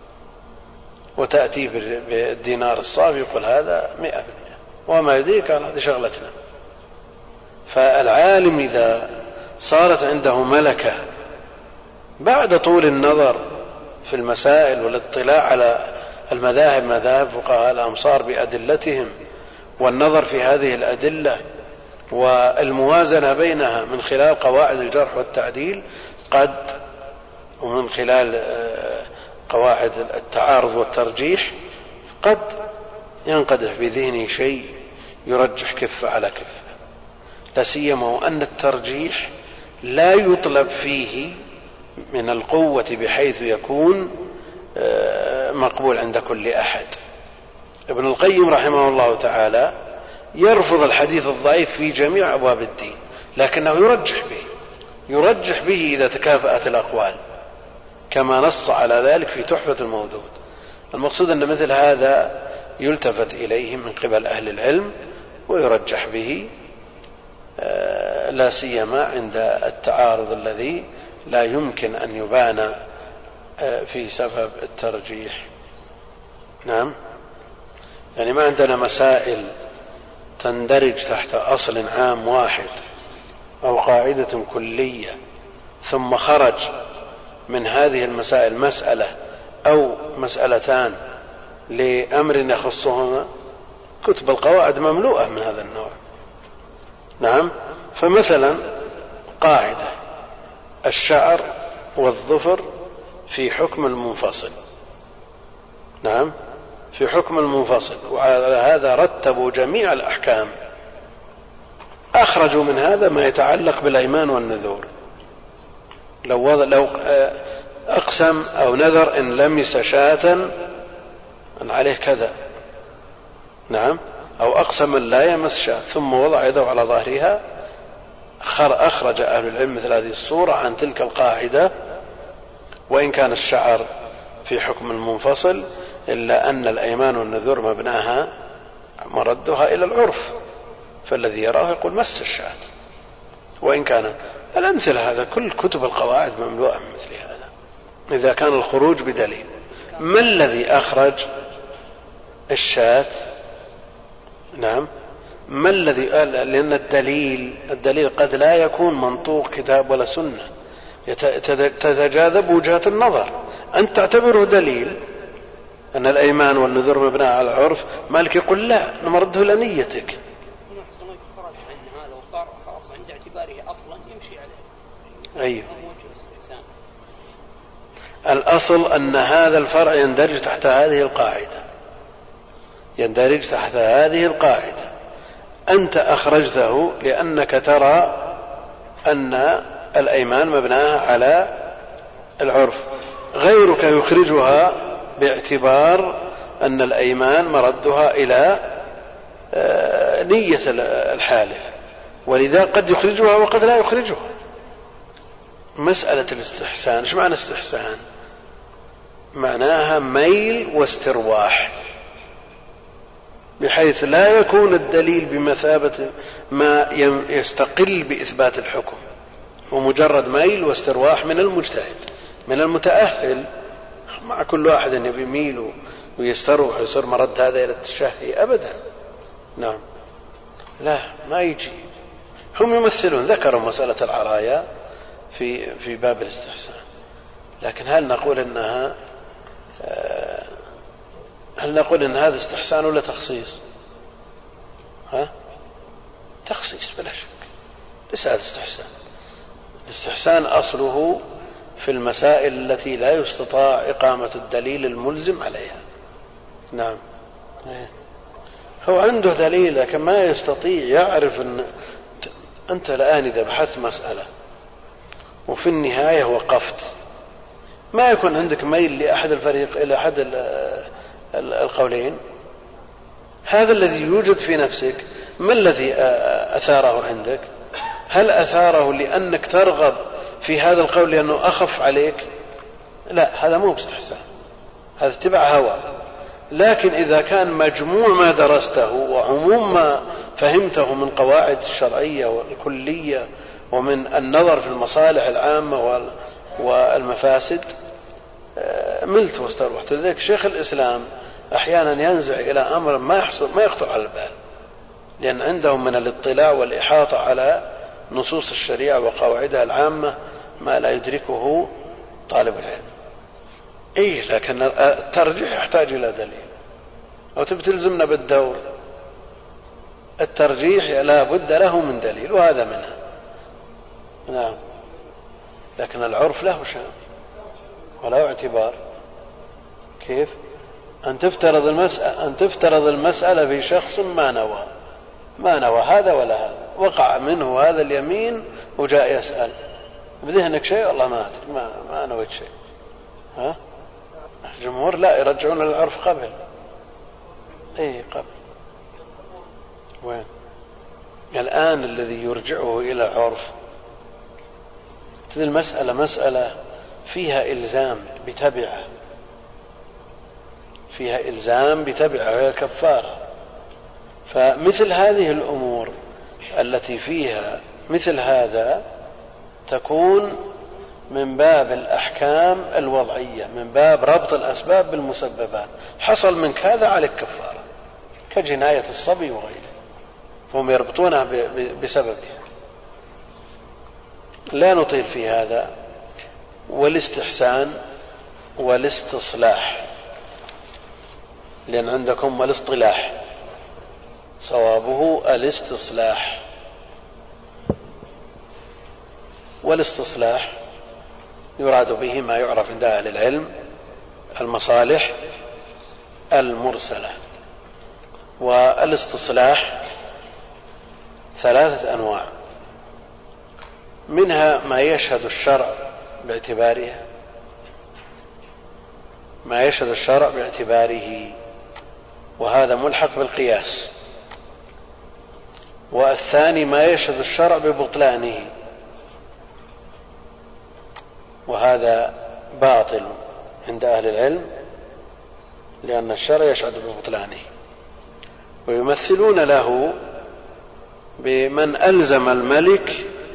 وتأتي بالدينار الصافي يقول هذا مئة بالمئة وما يديك على هذه شغلتنا. فالعالم إذا صارت عنده ملكة بعد طول النظر في المسائل والاطلاع على المذاهب مذاهب فقهاء الأمصار بأدلتهم والنظر في هذه الأدلة والموازنة بينها من خلال قواعد الجرح والتعديل قد ومن خلال قواعد التعارض والترجيح قد ينقدح في ذهنه شيء يرجح كفة على كفة، لا سيما وأن الترجيح لا يطلب فيه من القوة بحيث يكون مقبول عند كل أحد. ابن القيم رحمه الله تعالى يرفض الحديث الضعيف في جميع أبواب الدين، لكنه يرجح به يرجح به إذا تكافأت الأقوال كما نص على ذلك في تحفة المودود. المقصود أن مثل هذا يلتفت إليه من قبل أهل العلم ويرجح به، لا سيما عند التعارض الذي لا يمكن أن يبان في سبب الترجيح. نعم، يعني ما عندنا مسائل تندرج تحت أصل عام واحد أو قاعدة كلية ثم خرج من هذه المسائل مسألة أو مسألتان لأمر يخصهما، كتب القواعد مملوءة من هذا النوع. نعم. فمثلا قاعدة الشعر والظفر في حكم المنفصل، نعم، في حكم المنفصل، وعلى هذا رتبوا جميع الأحكام، أخرجوا من هذا ما يتعلق بالأيمان والنذور. لو وضع لو أقسم أو نذر إن لمس شاة أن عليه كذا، نعم، أو أقسم أن لا يمس شاة ثم وضع يده على ظهرها، أخرج أهل العلم مثل هذه الصورة عن تلك القاعدة، وإن كان الشعر في حكم المنفصل إلا أن الأيمان والنذور مبناها مردها إلى العرف، فالذي يراه يقول مس الشاة. وإن كان الأمثلة هذا كل كتب القواعد مملوءة من مثل هذا. إذا كان الخروج بدليل، ما الذي أخرج الشاة؟ نعم، ما الذي قال؟ لأن الدليل الدليل قد لا يكون منطوق كتاب ولا سنة، تتجاذب وجهات النظر. أنت تعتبره دليل أن الأيمان والنذور مبناء على العرف، مالك يقول لا نمرده إلى نيتك. أيوه. الأصل أن هذا الفرع يندرج تحت هذه القاعدة، يندرج تحت هذه القاعدة. أنت أخرجته لأنك ترى أن الأيمان مبناها على العرف، غيرك يخرجها باعتبار أن الأيمان مردها إلى نية الحالف، ولذا قد يخرجها وقد لا يخرجها. مسألة الاستحسان، ايش معنى استحسان؟ معناها ميل واسترواح، بحيث لا يكون الدليل بمثابة ما يستقل بإثبات الحكم، ومجرد ميل واسترواح من المجتهد من المتأهل. مع كل واحد يبي يميل ويستروح ويصير مرد هذا إلى التشهي أبدا. نعم، لا ما يجي. هم يمثلون، ذكروا مسألة العرايا في في باب الاستحسان، لكن هل نقول انها هل نقول ان هذا استحسان ولا تخصيص؟ ها، تخصيص بلا شك، ليس هذا استحسان. الاستحسان اصله في المسائل التي لا يستطاع اقامة الدليل الملزم عليها. نعم، هو عنده دليل لكن ما يستطيع يعرف ان انت الان اذا بحثت مسألة وفي النهاية وقفت، ما يكون عندك ميل لأحد الفريق إلى أحد القولين، هذا الذي يوجد في نفسك ما الذي أثاره عندك؟ هل أثاره لأنك ترغب في هذا القول لأنه أخف عليك؟ لا، هذا مو استحسان، هذا اتباع هوى. لكن إذا كان مجموع ما درسته وعموم ما فهمته من قواعد الشرعية والكلية ومن النظر في المصالح العامة والمفاسد، ملت واستروحت. لذلك شيخ الإسلام أحيانا ينزع إلى أمر ما يحصل ما يخطر على البال، لأن عندهم من الاطلاع والإحاطة على نصوص الشريعة وقواعدها العامة ما لا يدركه طالب العلم. إيه، لكن الترجيح يحتاج إلى دليل، أو تبتلزمنا بالدور. الترجيح لا بد له من دليل، وهذا منها. نعم، لكن العرف له شأن ولا اعتبار. كيف أن تفترض المسألة أن تفترض المسألة في شخص ما نوى ما نوى هذا ولا هذا، وقع منه هذا اليمين وجاء يسأل بذهنك شيء والله ما أدري ما, ما نويت شيء. ها، الجمهور لا يرجعون للعرف قبل. أي قبل وين الآن الذي يرجعه إلى العرف؟ هذه المسألة مسألة فيها إلزام بتبعة، فيها إلزام بتبعة وهي الكفارة. فمثل هذه الأمور التي فيها مثل هذا تكون من باب الأحكام الوضعية، من باب ربط الأسباب بالمسببات. حصل منك هذا عليك كفارة، كجناية الصبي وغيره، هم يربطونها بسببها. لا نطيل في هذا. والاستحسان والاستصلاح، لأن عندكم الاصطلاح، صوابه الاستصلاح. والاستصلاح يراد به ما يعرف عند أهل العلم المصالح المرسلة. والاستصلاح ثلاثة أنواع، منها ما يشهد الشرع باعتباره ما يشهد الشرع باعتباره وهذا ملحق بالقياس، والثاني ما يشهد الشرع ببطلانه وهذا باطل عند أهل العلم لأن الشرع يشهد ببطلانه. ويمثلون له بمن ألزم الملك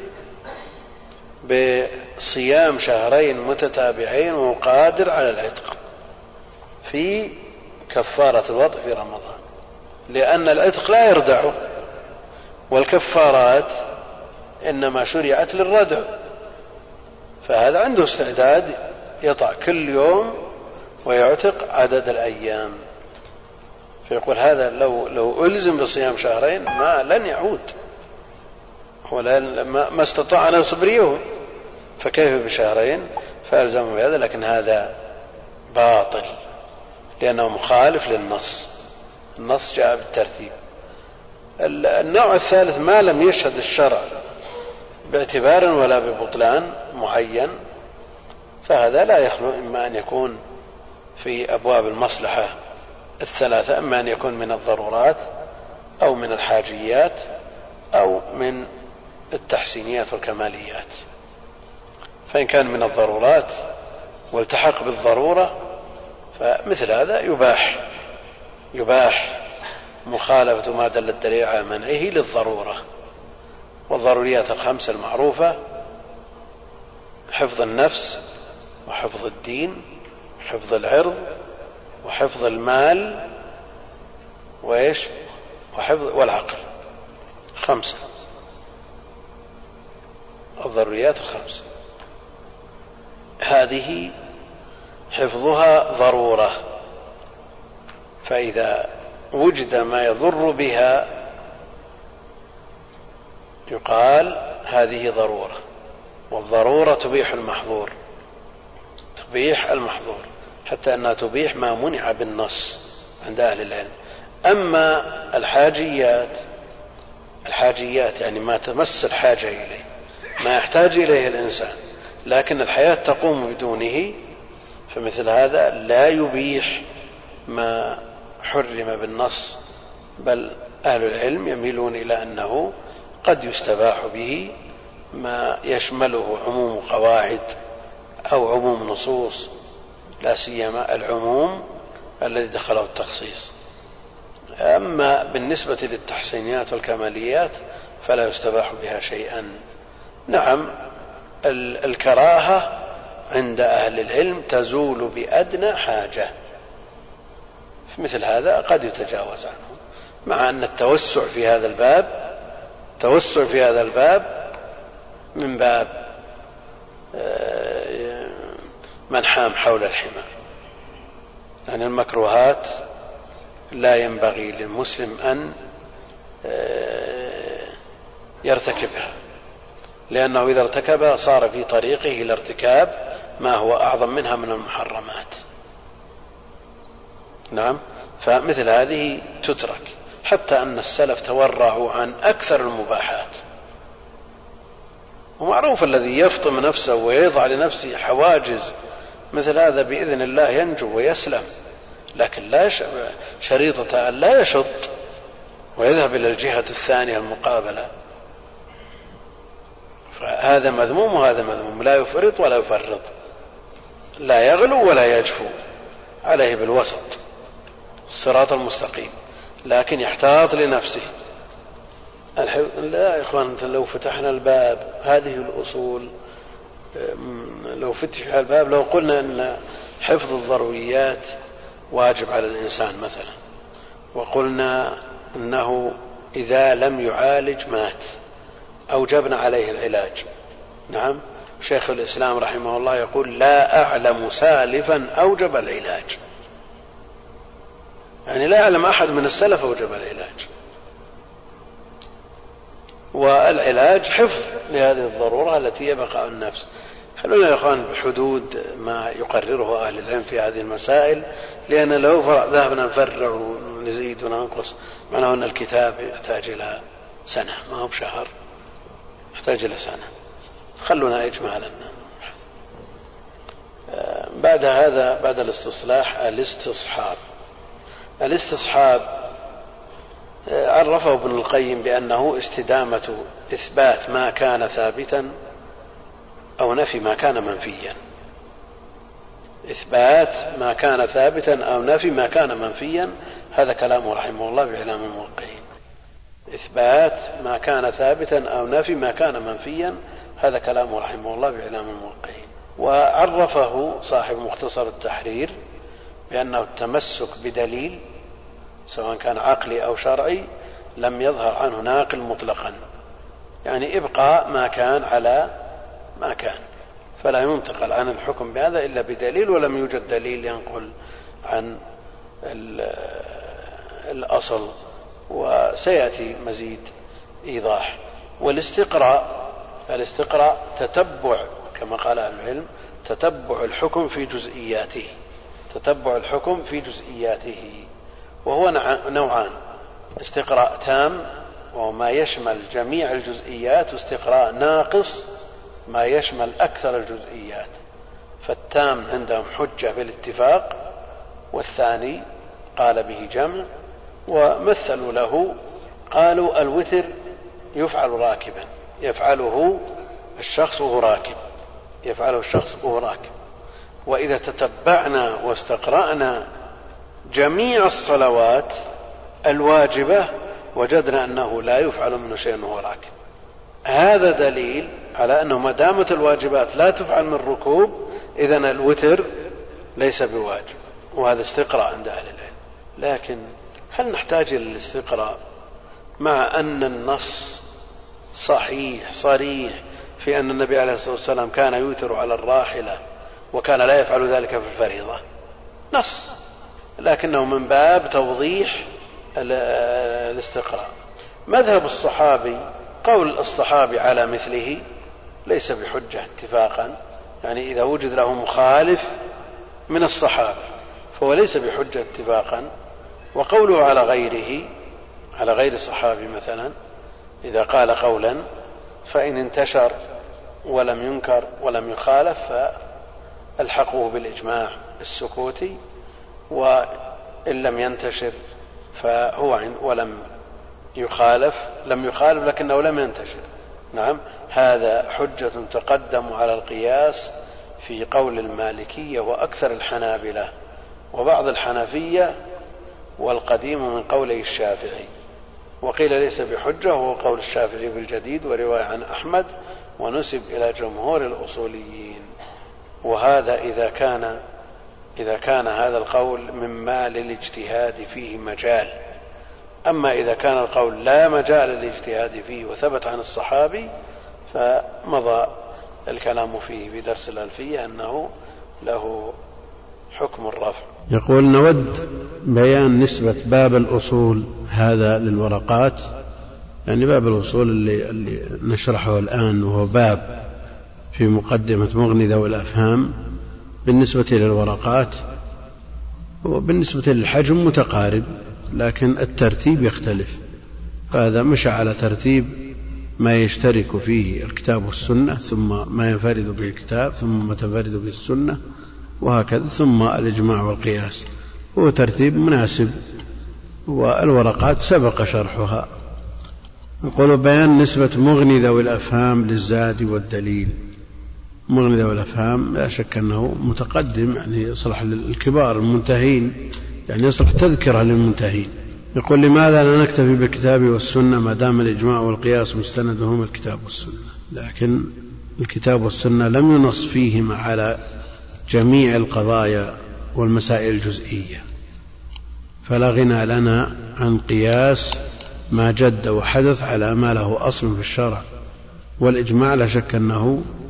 بصيام شهرين متتابعين وهو قادر على العتق في كفارة الوضع في رمضان، لأن العتق لا يردعه، والكفارات إنما شرعت للردع، فهذا عنده استعداد يطع كل يوم ويعتق عدد الأيام. فيقول هذا لو لو ألزم بصيام شهرين ما لن يعود، ولا ما استطاع أن يصبر يوم، فكيف بشهرين؟ فألزمه بهذا، لكن هذا باطل لأنه مخالف للنص، النص جاء بالترتيب. النوع الثالث ما لم يشهد الشرع باعتبار ولا ببطلان معين، فهذا لا يخلو إما أن يكون في أبواب المصلحة الثلاثة، إما أن يكون من الضرورات أو من الحاجيات أو من التحسينيات والكماليات. فإن كان من الضرورات والتحق بالضرورة فمثل هذا يباح يباح مخالفة ما دل الدليل على منعه للضرورة. والضروريات الخمسة المعروفة: حفظ النفس، وحفظ الدين، وحفظ العرض، وحفظ المال، وإيش وحفظ والعقل. خمسة، الضروريات الخمسة هذه حفظها ضرورة، فإذا وجد ما يضر بها يقال هذه ضرورة، والضرورة تبيح المحظور تبيح المحظور حتى أنها تبيح ما منع بالنص عند أهل العلم. أما الحاجيات الحاجيات يعني ما تمس الحاجة إليه، ما يحتاج إليه الإنسان لكن الحياة تقوم بدونه، فمثل هذا لا يبيح ما حرم بالنص، بل أهل العلم يميلون إلى أنه قد يستباح به ما يشمله عموم قواعد أو عموم نصوص، لا سيما العموم الذي دخله التخصيص. أما بالنسبة للتحسينيات والكماليات فلا يستباح بها شيئا. نعم، الكراهة عند أهل العلم تزول بأدنى حاجة، في مثل هذا قد يتجاوز عنه، مع أن التوسع في هذا الباب توسع في هذا الباب من باب من حام حول الحمى. يعني المكروهات لا ينبغي للمسلم أن يرتكبها، لأنه إذا ارتكبها صار في طريقه إلى ارتكاب ما هو أعظم منها من المحرمات. نعم، فمثل هذه تترك، حتى أن السلف تورعوا عن أكثر المباحات. ومعروف الذي يفطم نفسه ويضع لنفسه حواجز مثل هذا بإذن الله ينجو ويسلم، لكن لا شريطة أن لا يشط ويذهب إلى الجهة الثانية المقابلة، فهذا مذموم وهذا مذموم، لا يفرط ولا يفرط، لا يغلو ولا يجفو، عليه بالوسط الصراط المستقيم، لكن يحتاط لنفسه. لا يا إخوان، لو فتحنا الباب هذه الأصول، لو فتح الباب لو قلنا أن حفظ الضروريات واجب على الإنسان مثلا، وقلنا أنه إذا لم يعالج مات، أوجبنا عليه العلاج. نعم، شيخ الإسلام رحمه الله يقول لا أعلم سالفا أوجب العلاج، يعني لا أعلم أحد من السلف أوجب العلاج. والعلاج حفظ لهذه الضرورة التي هي بقاء النفس. خلونا يا أخوان بحدود ما يقرره أهل العلم في هذه المسائل، لأن لو ذهبنا نفرع ونزيد وننقص معناه أن الكتاب يحتاج إلى سنة، ما هو بشهر، يحتاج إلى سنة. خلونا إجمالا. بعد هذا بعد الاستصلاح الاستصحاب. الاستصحاب عرفه ابن القيم بأنه استدامة إثبات ما كان ثابتا أو نفي ما كان منفيا. إثبات ما كان ثابتا أو نفي ما كان منفيا، هذا كلامه رحمه الله بإعلام الموقعين. إثبات ما كان ثابتا أو نفي ما كان منفيا، هذا كلامه رحمه الله بإعلام الموقعين. وعرفه صاحب مختصر التحرير بأنه التمسك بدليل سواء كان عقلي أو شرعي لم يظهر عنه ناقل مطلقا، يعني إبقاء ما كان على ما كان، فلا ينتقل عن الحكم بهذا إلا بدليل، ولم يوجد دليل ينقل عن الأصل، وسيأتي مزيد إيضاح. والاستقراء الاستقراء تتبع كما قال أهل العلم، تتبع الحكم في جزئياته، تتبع الحكم في جزئياته، وهو نوعان: استقراء تام وهو ما يشمل جميع الجزئيات، واستقراء ناقص ما يشمل أكثر الجزئيات. فالتام عندهم حجة بالاتفاق، والثاني قال به جمع. ومثلوا له قالوا الوتر يفعل راكبا، يفعله الشخص وهو راكب، يفعله الشخص وهو راكب. وإذا تتبعنا واستقرأنا جميع الصلوات الواجبة وجدنا أنه لا يفعل منه شيء وهو راكب. هذا دليل على أنه ما دامت الواجبات لا تفعل من ركوب، إذن الوتر ليس بواجب. وهذا استقراء عند أهل العلم. لكن هل نحتاج إلى الاستقراء مع أن النص صحيح صريح في أن النبي عليه الصلاة والسلام كان يوتر على الراحلة وكان لا يفعل ذلك في الفريضة؟ نص، لكنه من باب توضيح الاستقراء. مذهب الصحابي قول الصحابي على مثله ليس بحجة اتفاقا، يعني إذا وجد له مخالف من الصحابة فهو ليس بحجة اتفاقا. وقوله على غيره، على غير الصحابي مثلا، إذا قال قولا فإن انتشر ولم ينكر ولم يخالف فالحقه بالإجماع السكوتي، وإن لم ينتشر فهو ولم يخالف، لم يخالف لكنه لم ينتشر. نعم، هذا حجة تقدم على القياس في قول المالكية وأكثر الحنابلة وبعض الحنفية والقديم من قولي الشافعي. وقيل ليس بحجة وهو قول الشافعي بالجديد ورواية عن أحمد، ونسب إلى جمهور الأصوليين. وهذا إذا كان إذا كان هذا القول مما للاجتهاد فيه مجال. أما إذا كان القول لا مجال للاجتهاد فيه وثبت عن الصحابي فمضى الكلام فيه في درس الألفية أنه له حكم الرفع. يقول: نود بيان نسبة باب الأصول هذا للورقات، يعني باب الأصول اللي, اللي نشرحه الآن وهو باب في مقدمة مغني ذوي الأفهام، بالنسبة للورقات وبالنسبة للحجم متقارب، لكن الترتيب يختلف. فهذا مشى على ترتيب ما يشترك فيه الكتاب والسنة، ثم ما ينفرد به الكتاب، ثم ما تنفرد به السنة، وهكذا، ثم الإجماع والقياس. هو ترتيب مناسب، والورقات سبق شرحها. يقول: بيان نسبة مغني ذوي الأفهام للزاد والدليل. مغني ذوي الأفهام لا شك أنه متقدم، يعني يصلح للكبار المنتهين، يعني يصلح تذكرة للمنتهين. يقول: لماذا لا نكتفي بالكتاب والسنة ما دام الإجماع والقياس مستندهما الكتاب والسنة؟ لكن الكتاب والسنة لم ينص فيهما على جميع القضايا والمسائل الجزئية، فلا غنى لنا عن قياس ما جد وحدث على ما له أصل في الشرع. والإجماع لا شك أنه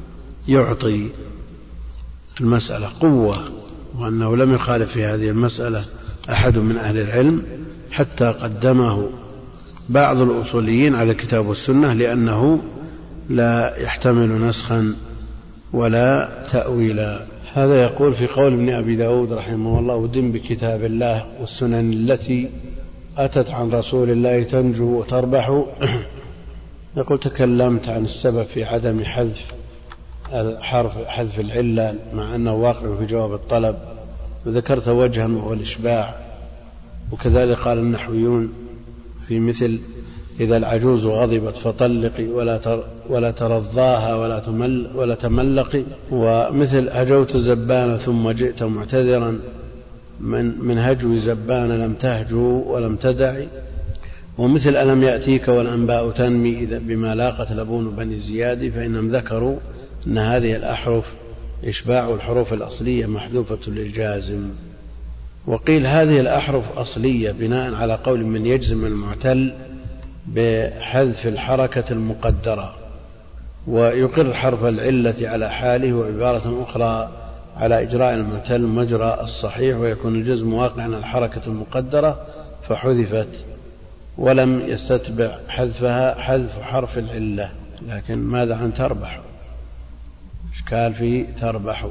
يعطي المسألة قوة، وأنه لم يخالف في هذه المسألة أحد من أهل العلم، حتى قدمه بعض الأصوليين على الكتاب والسنة، لأنه لا يحتمل نسخا ولا تأويلا. هذا يقول في قول ابن أبي داود رحمه الله: ودم بكتاب الله والسنن التي أتت عن رسول الله تنجو وتربح. يقول: تكلمت عن السبب في عدم حذف الحرف حذف العلة مع أنه واقع في جواب الطلب، وذكرت وجها وهو الإشباع. وكذلك قال النحويون في مثل: إذا العجوز غضبت فطلقي ولا تر ولا ترضاها ولا تمل ولا تملقي. ومثل: هجوت زبان ثم جئت معتذرا من من هجو زبان لم تهجو ولم تدعي. ومثل: ألم يأتيك والأنباء تنمي إذا بما لاقت لبون بني زياد، فإنهم ذكروا أن هذه الأحرف إشباع الحروف الأصلية محذوفة للجازم. وقيل هذه الأحرف أصلية بناء على قول من يجزم المعتل بحذف الحركة المقدرة، ويقر حرف العلة على حاله، وعبارة أخرى على إجراء المعتل مجرى الصحيح، ويكون الجزم واقعا على الحركة المقدرة فحذفت، ولم يستتبع حذفها حذف حرف العلة. لكن ماذا عن تربح؟ إشكال في تربح.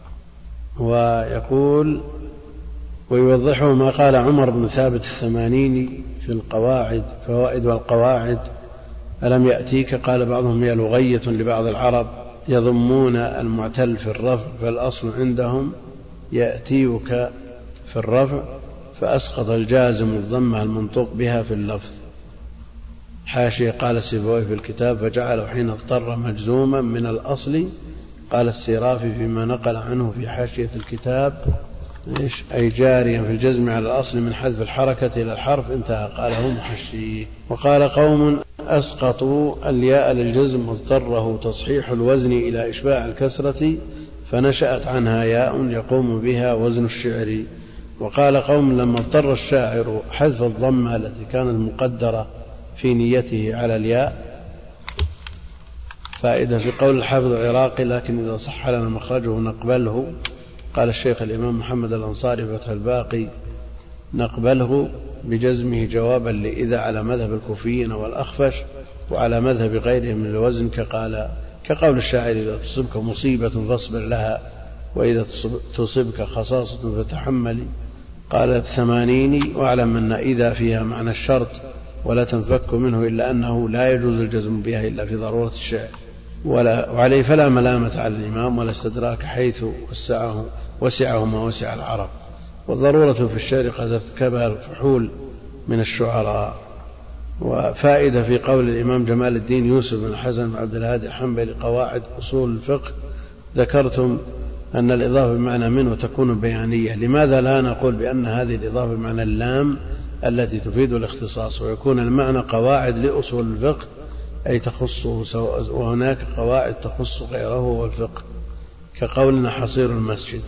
ويقول: ويوضحه ما قال عمر بن ثابت الثمانيني في القواعد فوائد والقواعد: ألم يأتيك؟ قال بعضهم: هي لغية لبعض العرب يضمون المعتل في الرفع، فالأصل عندهم يأتيك في الرفع، فأسقط الجازم الضمة المنطوق بها في اللفظ. حاشية: قال السيبوي في الكتاب: فجعله حين اضطر مجزوما من الأصل. قال السيرافي فيما نقل عنه في حاشية الكتاب: أي جاريا في الجزم على الأصل من حذف الحركة إلى الحرف. انتهى. قاله محشيه. وقال قوم: أسقطوا الياء للجزم واضطره تصحيح الوزن إلى إشباع الكسرة، فنشأت عنها ياء يقوم بها وزن الشعر. وقال قوم: لما اضطر الشاعر حذف الضمة التي كانت مقدرة في نيته على الياء. فائدة في قول الحافظ العراقي: لكن إذا صح لنا مخرجه نقبله. قال الشيخ الإمام محمد الأنصاري في فتح الباقي: نقبله بجزمه جوابا لإذا على مذهب الكوفيين والأخفش، وعلى مذهب غيرهم من الوزن، كقال كقول الشاعر: إذا تصبك مصيبة فاصبر لها، وإذا تصبك خصاصة فتحملي. قال الثمانيني: واعلم أن إذا فيها معنى الشرط ولا تنفك منه، إلا أنه لا يجوز الجزم بها إلا في ضرورة الشعر، ولا وعليه فلا ملامة على الإمام ولا استدراك، حيث وسعه وسعه ما وسع العرب، والضرورة في الشعر قد ارتكبها الفحول من الشعراء. وفائدة في قول الإمام جمال الدين يوسف بن حسن بن عبد الهادي الحنبلي: قواعد أصول الفقه ذكرتم أن الإضافة بمعنى من وتكون بيانية، لماذا لا نقول بأن هذه الإضافة بمعنى اللام التي تفيد الاختصاص، ويكون المعنى قواعد لأصول الفقه أي تخصه، وهناك قواعد تخص غيره والفقه، كقولنا حصير المسجد.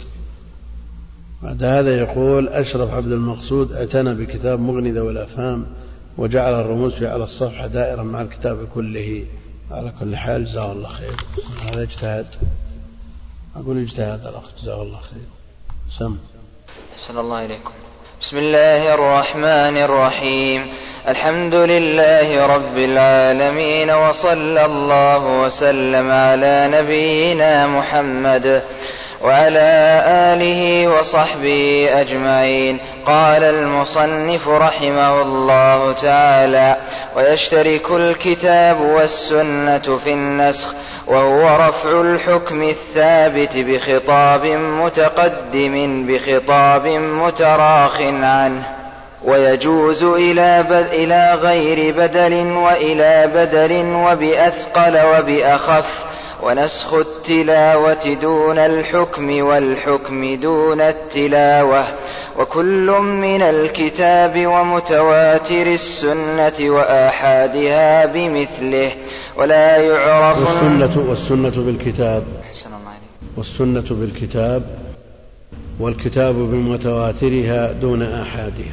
بعد هذا يقول: أشرف عبد المقصود اعتنى بكتاب مغني ذوي الأفهام، وجعل الرموز في على الصفحة دائرا مع الكتاب كله. على كل حال جزاه الله خير. هذا اجتهاد، أقول اجتهاد الأخ، جزاه الله خير. سم. أحسن الله إليكم. بسم الله الرحمن الرحيم. الحمد لله رب العالمين، وصلى الله وسلم على نبينا محمد وعلى آله وصحبه أجمعين. قال المصنف رحمه الله تعالى: ويشترك الكتاب والسنة في النسخ، وهو رفع الحكم الثابت بخطاب متقدم بخطاب متراخ عنه، ويجوز إلى, إلى غير بدل وإلى بدل وبأثقل وبأخف، ونسخ التلاوة دون الحكم والحكم دون التلاوة، وكل من الكتاب ومتواتر السنة وآحادها بمثله، ولا يعرف والسنة, والسنة بالكتاب والسنة بالكتاب والكتاب بمتواترها دون آحادها.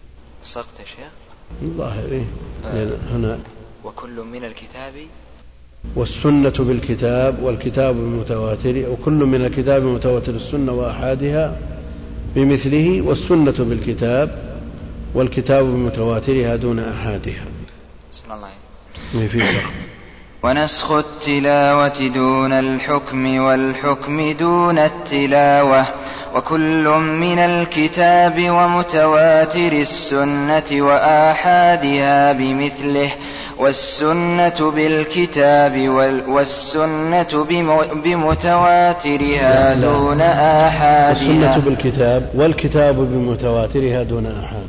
سقط يا شيخ الظاهر إيه؟ هنا وكل من الكتاب والسنة بالكتاب والكتاب بمتواتر، وكل من الكتاب متواتر السنة وأحادها بمثله، والسنة بالكتاب والكتاب بمتواترها دون أحادها. بسم الله. في فرق. ونسخ التلاوة دون الحكم والحكم دون التلاوة، وكل من الكتاب ومتواتر السنة وآحادها بمثله، والسنة بالكتاب والسنة بمتواترها دون آحادها. السنة بالكتاب والكتاب بمتواترها دون آحاد.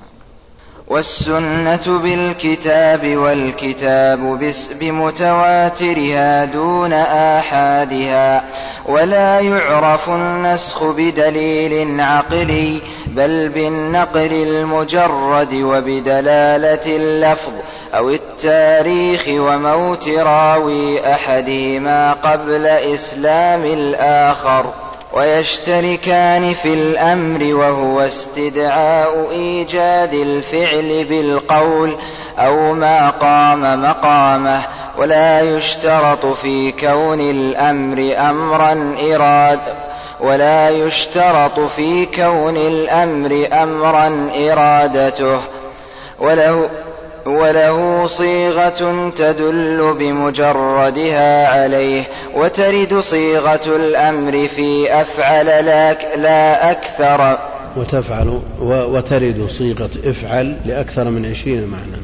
والسنة بالكتاب والكتاب بمتواترها دون آحادها. ولا يعرف النسخ بدليل عقلي، بل بالنقل المجرد وبدلالة اللفظ أو التاريخ وموت راوي أحدهما قبل إسلام الآخر. ويشتركان في الأمر، وهو استدعاء إيجاد الفعل بالقول أو ما قام مقامه. ولا يشترط في كون الأمر أمرا إراد ولا يشترط في كون الأمر أمرا إرادته، وله وله صيغة تدل بمجردها عليه. وترد صيغة الأمر في أفعل لا أكثر، وتفعل وترد صيغة افعل لأكثر من عشرين معنى.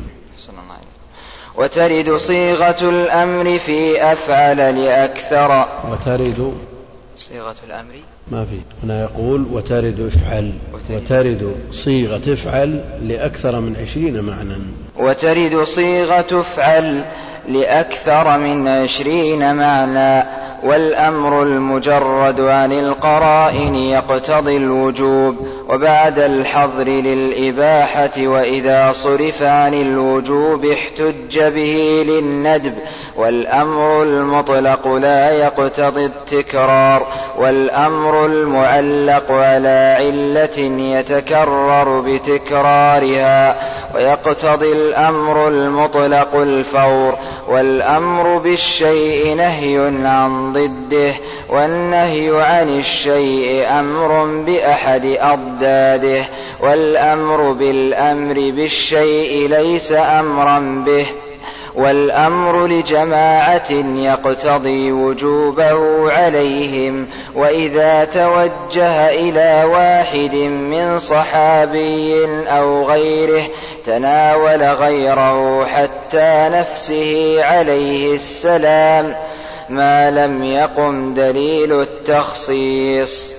وترد صيغة الأمر في أفعل لأكثر. وترد صيغة الأمر ما في هنا يقول وترد افعل، وترد صيغة افعل لأكثر من عشرين معنى. وترد صيغة افعل لأكثر من عشرين معنى. والأمر المجرد عن القرائن يقتضي الوجوب، وبعد الحظر للإباحة. وإذا صرف عن الوجوب احتج به للندب. والأمر المطلق لا يقتضي التكرار، والأمر المعلق على علة يتكرر بتكرارها. ويقتضي الأمر المطلق الفور. والأمر بالشيء نهي عن ضده، والنهي عن الشيء أمر بأحد أضداده. والأمر بالأمر بالشيء ليس أمرا به. والأمر لجماعة يقتضي وجوبه عليهم. وإذا توجه إلى واحد من صحابي أو غيره تناول غيره حتى نفسه عليه السلام، ما لم يقم دليل التخصيص.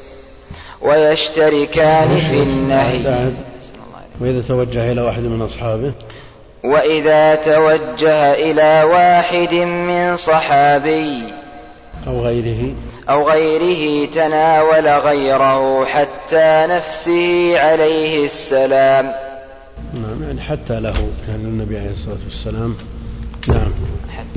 ويشتركان في النهي. وإذا توجه إلى واحد من أصحابه وإذا توجه إلى واحد من صحابي أو غيره أو غيره تناول غيره حتى نفسه عليه السلام. نعم، يعني حتى له، يعني النبي عليه الصلاة والسلام. نعم، حتى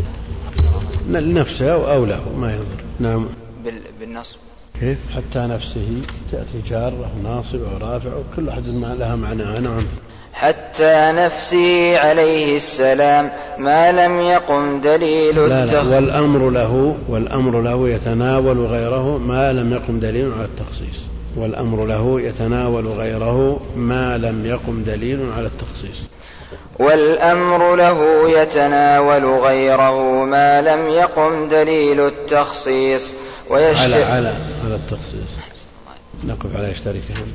لنفسه أو له ما يضر. نعم، بالنصب. كيف حتى نفسه؟ تأتي جارة ناصب أو رافع وكل واحد لها معناها. نعم، حتى نفسه عليه السلام ما لم يقم دليل التخصيص. والأمر له والأمر له يتناول غيره ما لم يقم دليل على التخصيص. والأمر له يتناول غيره ما لم يقم دليل على التخصيص. والأمر له يتناول غيره ما لم يقم دليل التخصيص. ويشت... على على على التخصيص. نقف على يشتركهم.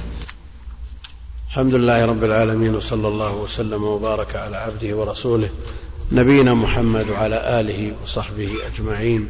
الحمد لله رب العالمين، وصلى الله وسلم وبارك على عبده ورسوله نبينا محمد وعلى آله وصحبه أجمعين.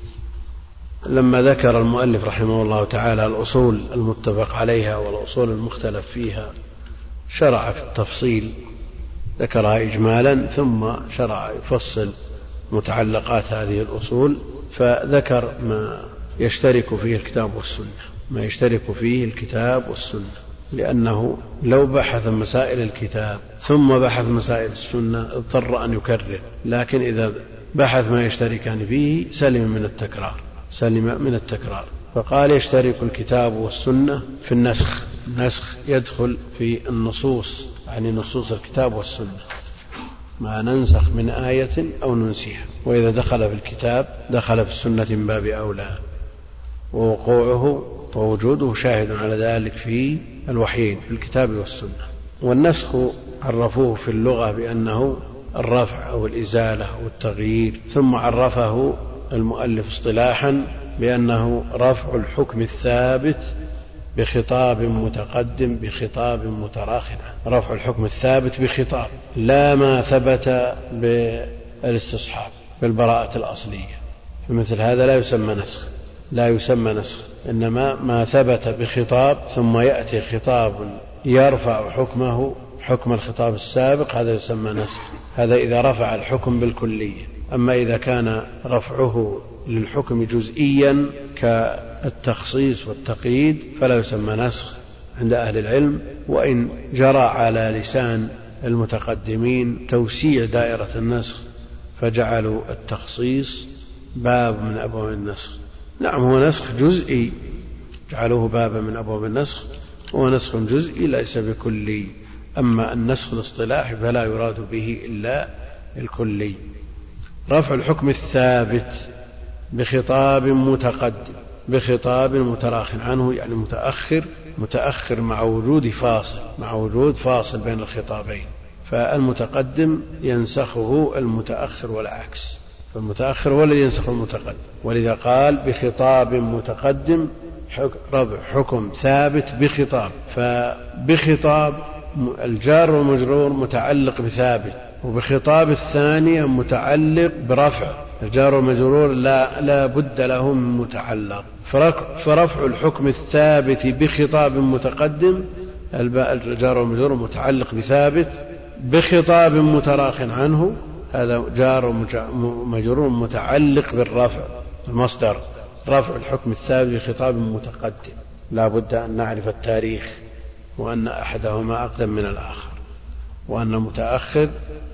لما ذكر المؤلف رحمه الله تعالى الأصول المتفق عليها والأصول المختلف فيها، شرع في التفصيل، ذكرها إجمالا ثم شرع يفصل متعلقات هذه الأصول، فذكر ما يشترك فيه الكتاب والسنة ما يشترك فيه الكتاب والسنة لأنه لو بحث مسائل الكتاب ثم بحث مسائل السنة اضطر أن يكرر، لكن إذا بحث ما يشتركان فيه سلم من التكرار سلم من التكرار فقال يشترك الكتاب والسنة في النسخ. النسخ يدخل في النصوص، يعني نصوص الكتاب والسنة، ما ننسخ من آية أو ننسيها. وإذا دخل في الكتاب دخل في السنة من باب أولى، ووقوعه ووجوده شاهد على ذلك في الوحيين في الكتاب والسنة. والنسخ عرفوه في اللغة بأنه الرفع أو الإزالة أو التغيير، ثم عرفه المؤلف اصطلاحا بأنه رفع الحكم الثابت بخطاب متقدم بخطاب متراخٍ عنه. رفع الحكم الثابت بخطاب، لا ما ثبت بالاستصحاب بالبراءة الأصلية، فمثل هذا لا يسمى نسخ، لا يسمى نسخ، إنما ما ثبت بخطاب ثم يأتي خطاب يرفع حكمه حكم الخطاب السابق، هذا يسمى نسخ. هذا إذا رفع الحكم بالكلية. أما إذا كان رفعه للحكم جزئيا كالتخصيص والتقييد فلا يسمى نسخ عند أهل العلم، وإن جرى على لسان المتقدمين توسيع دائرة النسخ فجعلوا التخصيص باب من أبواب النسخ. نعم هو نسخ جزئي، جعلوه بابا من أبواب النسخ، هو نسخ جزئي ليس بكلي. أما النسخ الاصطلاحي فلا يراد به إلا الكلي. رفع الحكم الثابت بخطاب متقدم بخطاب متراخٍ عنه، يعني متأخر متأخر مع وجود فاصل مع وجود فاصل بين الخطابين، فالمتقدم ينسخه المتأخر والعكس، فالمتأخر هو الذي ينسخ المتقدم. ولذا قال بخطاب متقدم رفع حكم ثابت بخطاب، فبخطاب الجار والمجرور متعلق بثابت، وبخطاب الثاني متعلق برفع. الجار والمجرور لا, لا بد له من متعلق، فرفع الحكم الثابت بخطاب متقدم الجار والمجرور متعلق بثابت بخطاب متراخٍ عنه، هذا جار ومجرور متعلق بالرفع المصدر. رفع الحكم الثابت بخطاب متقدم لا بد أن نعرف التاريخ، وأن أحدهما أقدم من الآخر، وأن المتأخر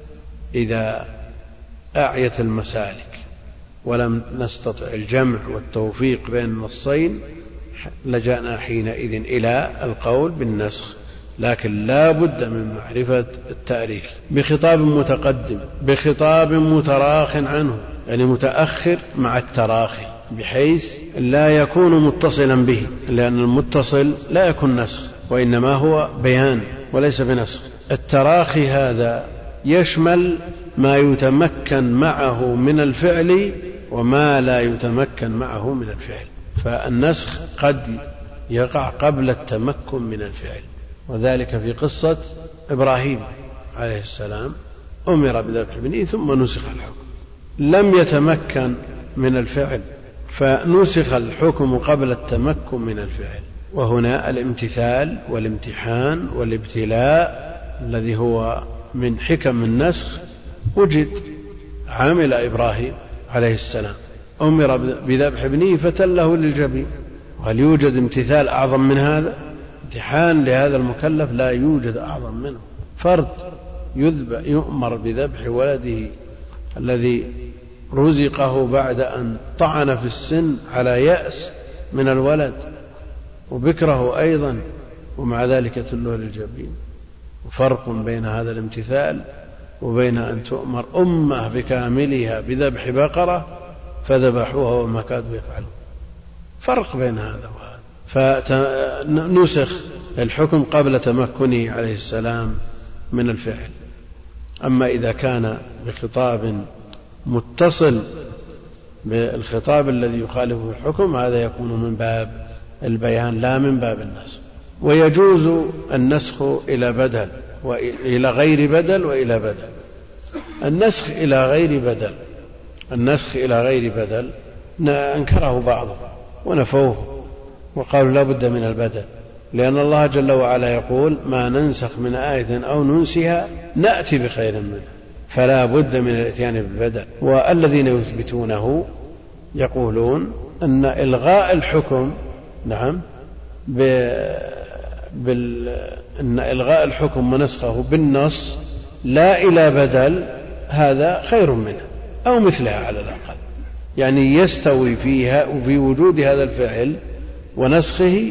إذا أعيت المسالك ولم نستطع الجمع والتوفيق بين النصين لجأنا حينئذ إلى القول بالنسخ، لكن لا بد من معرفة التاريخ. بخطاب متقدم بخطاب متراخٍ عنه، يعني متأخر مع التراخي، بحيث لا يكون متصلا به، لأن المتصل لا يكون نسخ وإنما هو بيان وليس بنسخ. التراخي هذا يشمل ما يتمكن معه من الفعل وما لا يتمكن معه من الفعل، فالنسخ قد يقع قبل التمكن من الفعل، وذلك في قصة إبراهيم عليه السلام، أمر بذبح ابنه ثم نسخ الحكم، لم يتمكن من الفعل فنسخ الحكم قبل التمكن من الفعل. وهنا الامتثال والامتحان والابتلاء الذي هو من حكم النسخ وجد. عمل إبراهيم عليه السلام، أمر بذبح ابنه فتله للجبين، وهل يوجد امتثال أعظم من هذا؟ امتحان لهذا المكلف لا يوجد أعظم منه. فرد يؤمر بذبح ولده الذي رزقه بعد أن طعن في السن على يأس من الولد، وبكره أيضا، ومع ذلك تله للجبين. وفرق بين هذا الامتثال وبين أن تؤمر أمة بكاملها بذبح بقرة فذبحوها وما كادوا يفعلون، فرق بين هذا وهذا. فنسخ الحكم قبل تمكنه عليه السلام من الفعل. أما إذا كان بخطاب متصل بالخطاب الذي يخالفه الحكم هذا يكون من باب البيان لا من باب النسخ. ويجوز النسخ إلى بدل وإلى غير بدل وإلى بدل. النسخ إلى غير بدل النسخ إلى غير بدل أنكره بعضهم ونفوه وقالوا لا بد من البدل، لأن الله جل وعلا يقول ما ننسخ من آية أو ننسها نأتي بخير منها، فلا بد من الاتيان بالبدل. والذين يثبتونه يقولون أن إلغاء الحكم نعم بال... أن إلغاء الحكم ونسخه بالنص لا إلى بدل هذا خير منه أو مثلها على الأقل، يعني يستوي فيها وفي وجود هذا الفعل ونسخه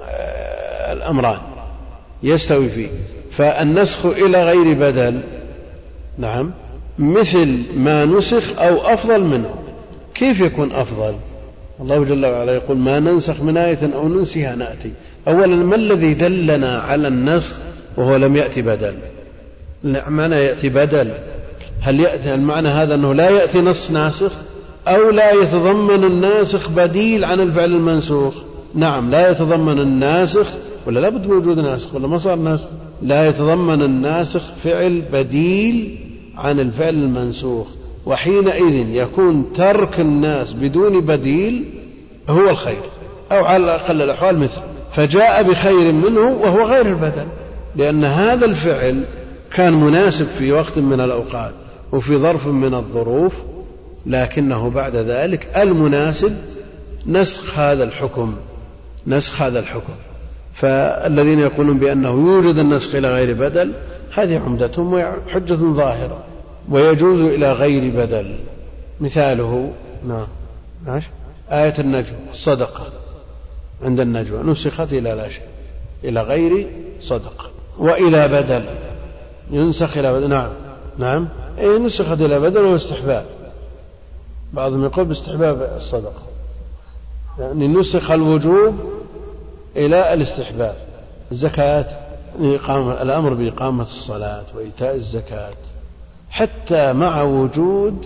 الأمران يستوي فيه. فالنسخ إلى غير بدل نعم مثل ما نسخ أو أفضل منه. كيف يكون أفضل؟ الله جل وعلا يقول ما ننسخ من آية أو ننسها نأتي. أولا ما الذي دلنا على النسخ وهو لم يأتي بدل؟ معنى يأتي بدل، هل يأتي المعنى هذا أنه لا يأتي نص ناسخ أو لا يتضمن الناسخ بديل عن الفعل المنسوخ؟ نعم لا يتضمن الناسخ، ولا لا بد من وجود ناسخ ولا ما صار ناسخ؟ لا يتضمن الناسخ فعل بديل عن الفعل المنسوخ، وحينئذ يكون ترك الناس بدون بديل هو الخير، أو على أقل الأحوال مثل، فجاء بخير منه وهو غير البدل، لأن هذا الفعل كان مناسب في وقت من الأوقات وفي ظرف من الظروف، لكنه بعد ذلك المناسب نسخ هذا الحكم نسخ هذا الحكم. فالذين يقولون بأنه يوجد النسخ إلى غير بدل هذه عمدتهم وحجة ظاهرة، ويجوز إلى غير بدل. مثاله نعم ماشي آية النجوى الصدقة عند النجوى نسخت إلى لا شيء إلى غير صدقة، وإلى بدل ينسخ إلى بدل. نعم نعم إيه نسخت إلى بدل واستحباب، بعضهم يقول باستحباب الصدقة، يعني نسخ الوجوب إلى الاستحباب. الزكاة الأمر بإقامة الصلاة وإيتاء الزكاة حتى مع وجود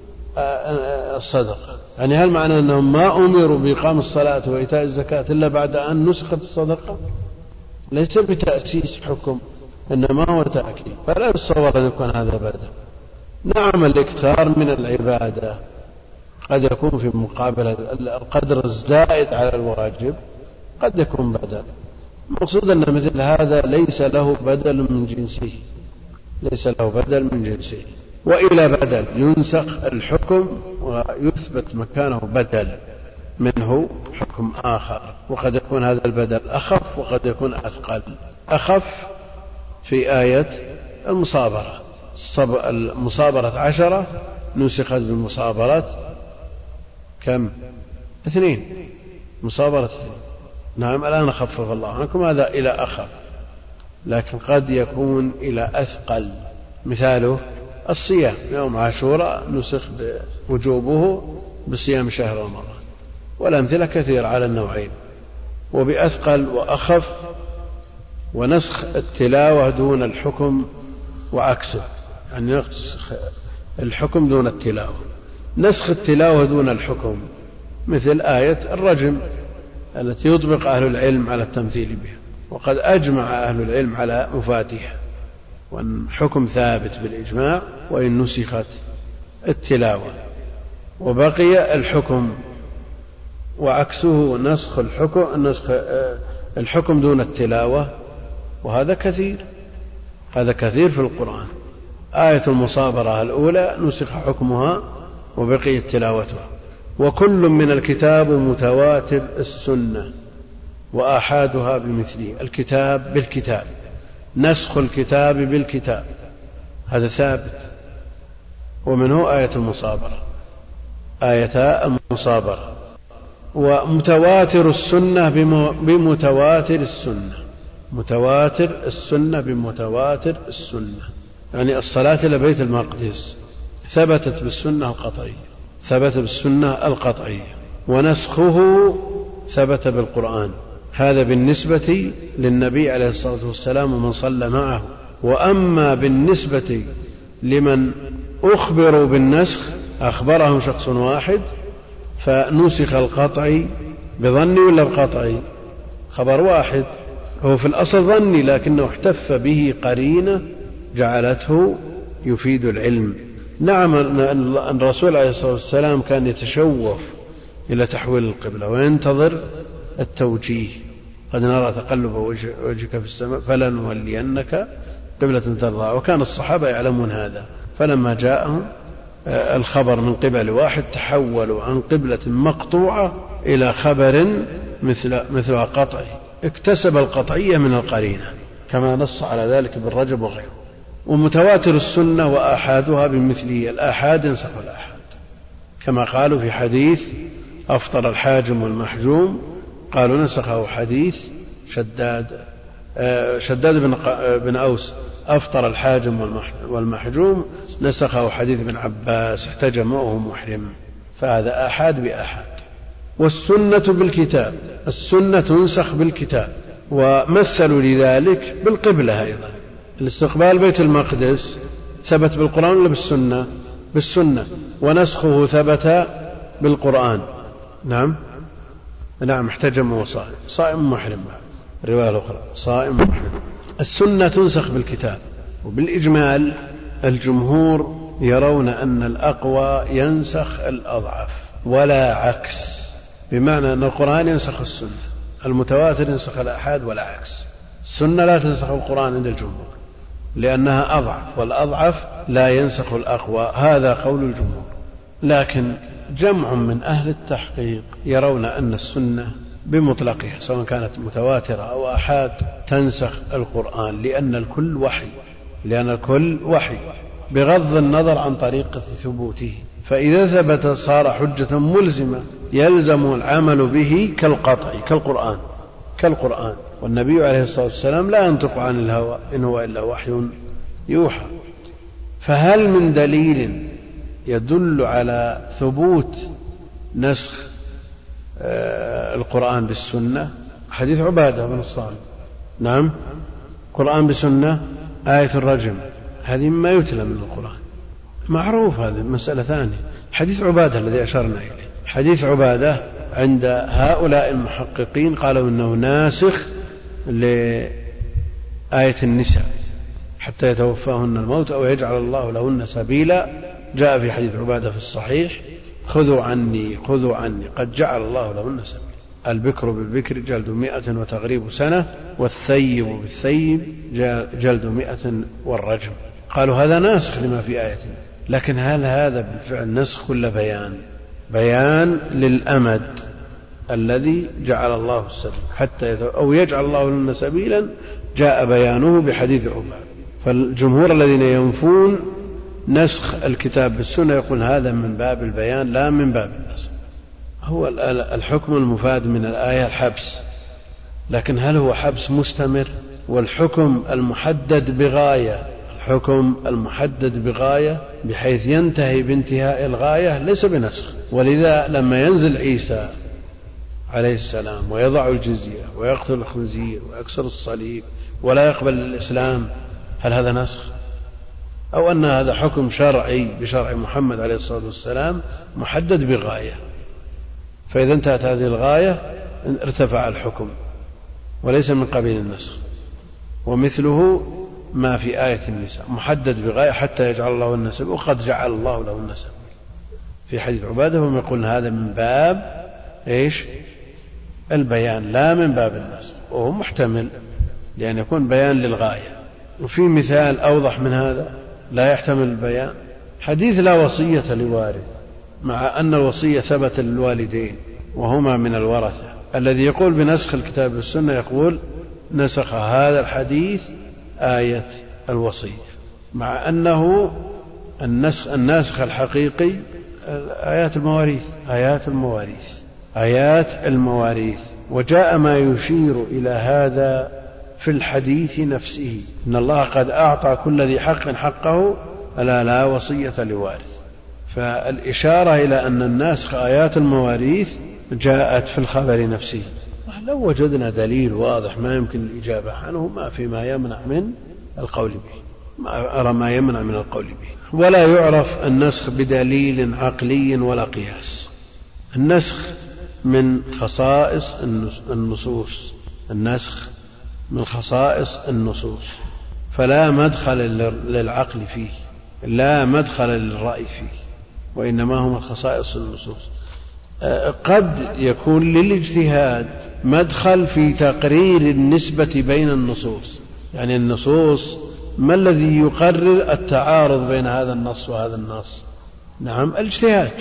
الصدقة. يعني هل معنى أنهم ما أمروا بإقام الصلاة وإيتاء الزكاة إلا بعد أن نسخت الصدقة؟ ليس بتأسيس حكم، إنما هو تأكيد، فلا يتصور أن يكون هذا بدل. نعم الإكثار من العبادة قد يكون في مقابل القدر الزائد على الواجب، قد يكون بدل. المقصود أن مثل هذا ليس له بدل من جنسه ليس له بدل من جنسه. وإلى بدل ينسخ الحكم ويثبت مكانه بدل منه حكم آخر، وقد يكون هذا البدل أخف وقد يكون أثقل. أخف في آية المصابرة، المصابرة عشرة نسخت بالمصابرة كم؟ اثنين، مصابرة اثنين. نعم الآن خفف الله عنكم، هذا إلى أخف، لكن قد يكون إلى أثقل. مثاله الصيام، يوم عاشوراء نسخ وجوبه بصيام شهر رمضان، والأمثلة كثير على النوعين. وبأثقل وأخف، ونسخ التلاوة دون الحكم وعكسه، يعني نسخ الحكم دون التلاوة. نسخ التلاوة دون الحكم مثل آية الرجم التي يطبق أهل العلم على التمثيل بها، وقد أجمع أهل العلم على مفاتيح، وأن حكم ثابت بالإجماع وإن نسخت التلاوة. وبقي الحكم وعكسه نسخ الحكم نسخ الحكم دون التلاوة، وهذا كثير هذا كثير في القرآن. آية المصابرة الأولى نسخ حكمها وبقيت تلاوتها. وكل من الكتاب متواتر السنة وآحادها بمثله. الكتاب بالكتاب، نسخ الكتاب بالكتاب هذا ثابت. ومنه آية المصابرة، آيتا المصابرة. ومتواتر السنة بمتواتر السنة، متواتر السنة بمتواتر السنة، يعني الصلاة إلى بيت المقدس ثبتت بالسنة القطعية ثبت بالسنة القطعية ونسخه ثبت بالقرآن. هذا بالنسبة للنبي عليه الصلاة والسلام ومن صلى معه. وأما بالنسبة لمن أخبروا بالنسخ، أخبرهم شخص واحد فنسخ القطعي بظني ولا بقطعي؟ خبر واحد هو في الأصل ظني، لكنه احتف به قرينة جعلته يفيد العلم. نعم أن الرسول عليه الصلاة والسلام كان يتشوف إلى تحويل القبلة وينتظر التوجيه. قد نرى تقلب وجهك في السماء فلنولينك قبلة ترضى، وكان الصحابة يعلمون هذا. فلما جاءهم الخبر من قبل واحد تحولوا عن قبلة مقطوعة إلى خبر مثل مثل قطعي، اكتسب القطعية من القرينة كما نص على ذلك ابن رجب وغيره. ومتواتر السنة وآحادها بمثله، الآحاد ينسخ الآحاد كما قالوا في حديث أفطر الحاجم والمحجوم، قالوا نسخه حديث شداد شداد بن أوس أفطر الحاجم والمحجوم، نسخه حديث ابن عباس احتجم وهو محرم، فهذا آحاد بآحاد. والسنة بالكتاب، السنة تنسخ بالكتاب، ومثلوا لذلك بالقبلة أيضا. الاستقبال بيت المقدس ثبت بالقرآن ولا بالسنة؟ بالسنة. ونسخه ثبت بالقرآن. نعم نعم احتجم وصائم، صائم محرم، الرواية الأخرى صائم محرم. السنة تنسخ بالكتاب. وبالإجمال الجمهور يرون أن الأقوى ينسخ الأضعف ولا عكس، بمعنى أن القرآن ينسخ السنة، المتواتر ينسخ الآحاد ولا عكس. السنة لا تنسخ القرآن عند الجمهور لأنها أضعف، والأضعف لا ينسخ الأقوى، هذا قول الجمهور. لكن جمع من أهل التحقيق يرون أن السنة بمطلقها سواء كانت متواترة أو آحاد تنسخ القرآن، لأن الكل وحي، لأن الكل وحي بغض النظر عن طريقة ثبوته. فإذا ثبت صار حجة ملزمة يلزم العمل به كالقطع، كالقرآن كالقرآن والنبي عليه الصلاة والسلام لا ينطق عن الهوى إن هو إلا وحي يوحى. فهل من دليل يدل على ثبوت نسخ القرآن بالسنة؟ حديث عبادة بن الصامت. نعم قرآن بسنة، آية الرجم هذه ما يتلى من القرآن معروف، هذه مسألة ثانية. حديث عبادة الذي أشرنا إليه، حديث عبادة عند هؤلاء المحققين قالوا إنه ناسخ لآية النساء حتى يتوفاهن الموت أو يجعل الله لهن سبيلا. جاء في حديث عبادة في الصحيح: خذوا عني خذوا عني قد جعل الله لهن سبيلا. البكر بالبكر جلد مئة وتغريب سنة، والثيب بالثيب جلد مئة والرجم. قالوا هذا ناسخ لما في آيتنا، لكن هل هذا بالفعل نسخ ولا بيان؟ بيان للأمد الذي جعل الله السبيل حتى أو يجعل الله لنا سبيلا، جاء بيانه بحديث عبادة. فالجمهور الذين ينفون نسخ الكتاب بالسنة يقول هذا من باب البيان لا من باب النسخ. هو الحكم المفاد من الآية الحبس، لكن هل هو حبس مستمر؟ والحكم المحدد بغاية، الحكم المحدد بغاية بحيث ينتهي بانتهاء الغاية ليس بنسخ. ولذا لما ينزل عيسى عليه السلام ويضع الجزية ويقتل الخنزير ويكسر الصليب ولا يقبل الإسلام، هل هذا نسخ؟ أو أن هذا حكم شرعي بشرع محمد عليه الصلاة والسلام محدد بغاية، فإذا انتهت هذه الغاية ارتفع الحكم وليس من قبيل النسخ. ومثله ما في آية النساء محدد بغاية حتى يجعل الله النسب، وقد جعل الله له النسب في حديث عبادة، وهم يقولون هذا من باب إيش؟ البيان لا من باب النسخ، وهو محتمل لأن يكون بيان للغاية. وفي مثال أوضح من هذا لا يحتمل البيان: حديث لا وصية لوارث، مع أن الوصية ثبت للوالدين وهما من الورثة. الذي يقول بنسخ الكتاب والسنة يقول نسخ هذا الحديث آية الوصية، مع أنه النسخ الناسخ الحقيقي آيات المواريث آيات المواريث آيات المواريث وجاء ما يشير إلى هذا في الحديث نفسه: إن الله قد أعطى كل ذي حق حقه ألا لا وصية لوارث. فالإشارة إلى أن الناسخ آيات المواريث جاءت في الخبر نفسه. لو وجدنا دليل واضح ما يمكن الإجابة عنه ما في ما يمنع من القول به، ما أرى ما يمنع من القول به. ولا يعرف النسخ بدليل عقلي ولا قياس. النسخ من خصائص النصوص النسخ من خصائص النصوص فلا مدخل للعقل فيه، لا مدخل للرأي فيه، وإنما هم الخصائص النصوص. قد يكون للاجتهاد مدخل في تقرير النسبة بين النصوص، يعني النصوص ما الذي يقرر التعارض بين هذا النص وهذا النص؟ نعم الاجتهاد.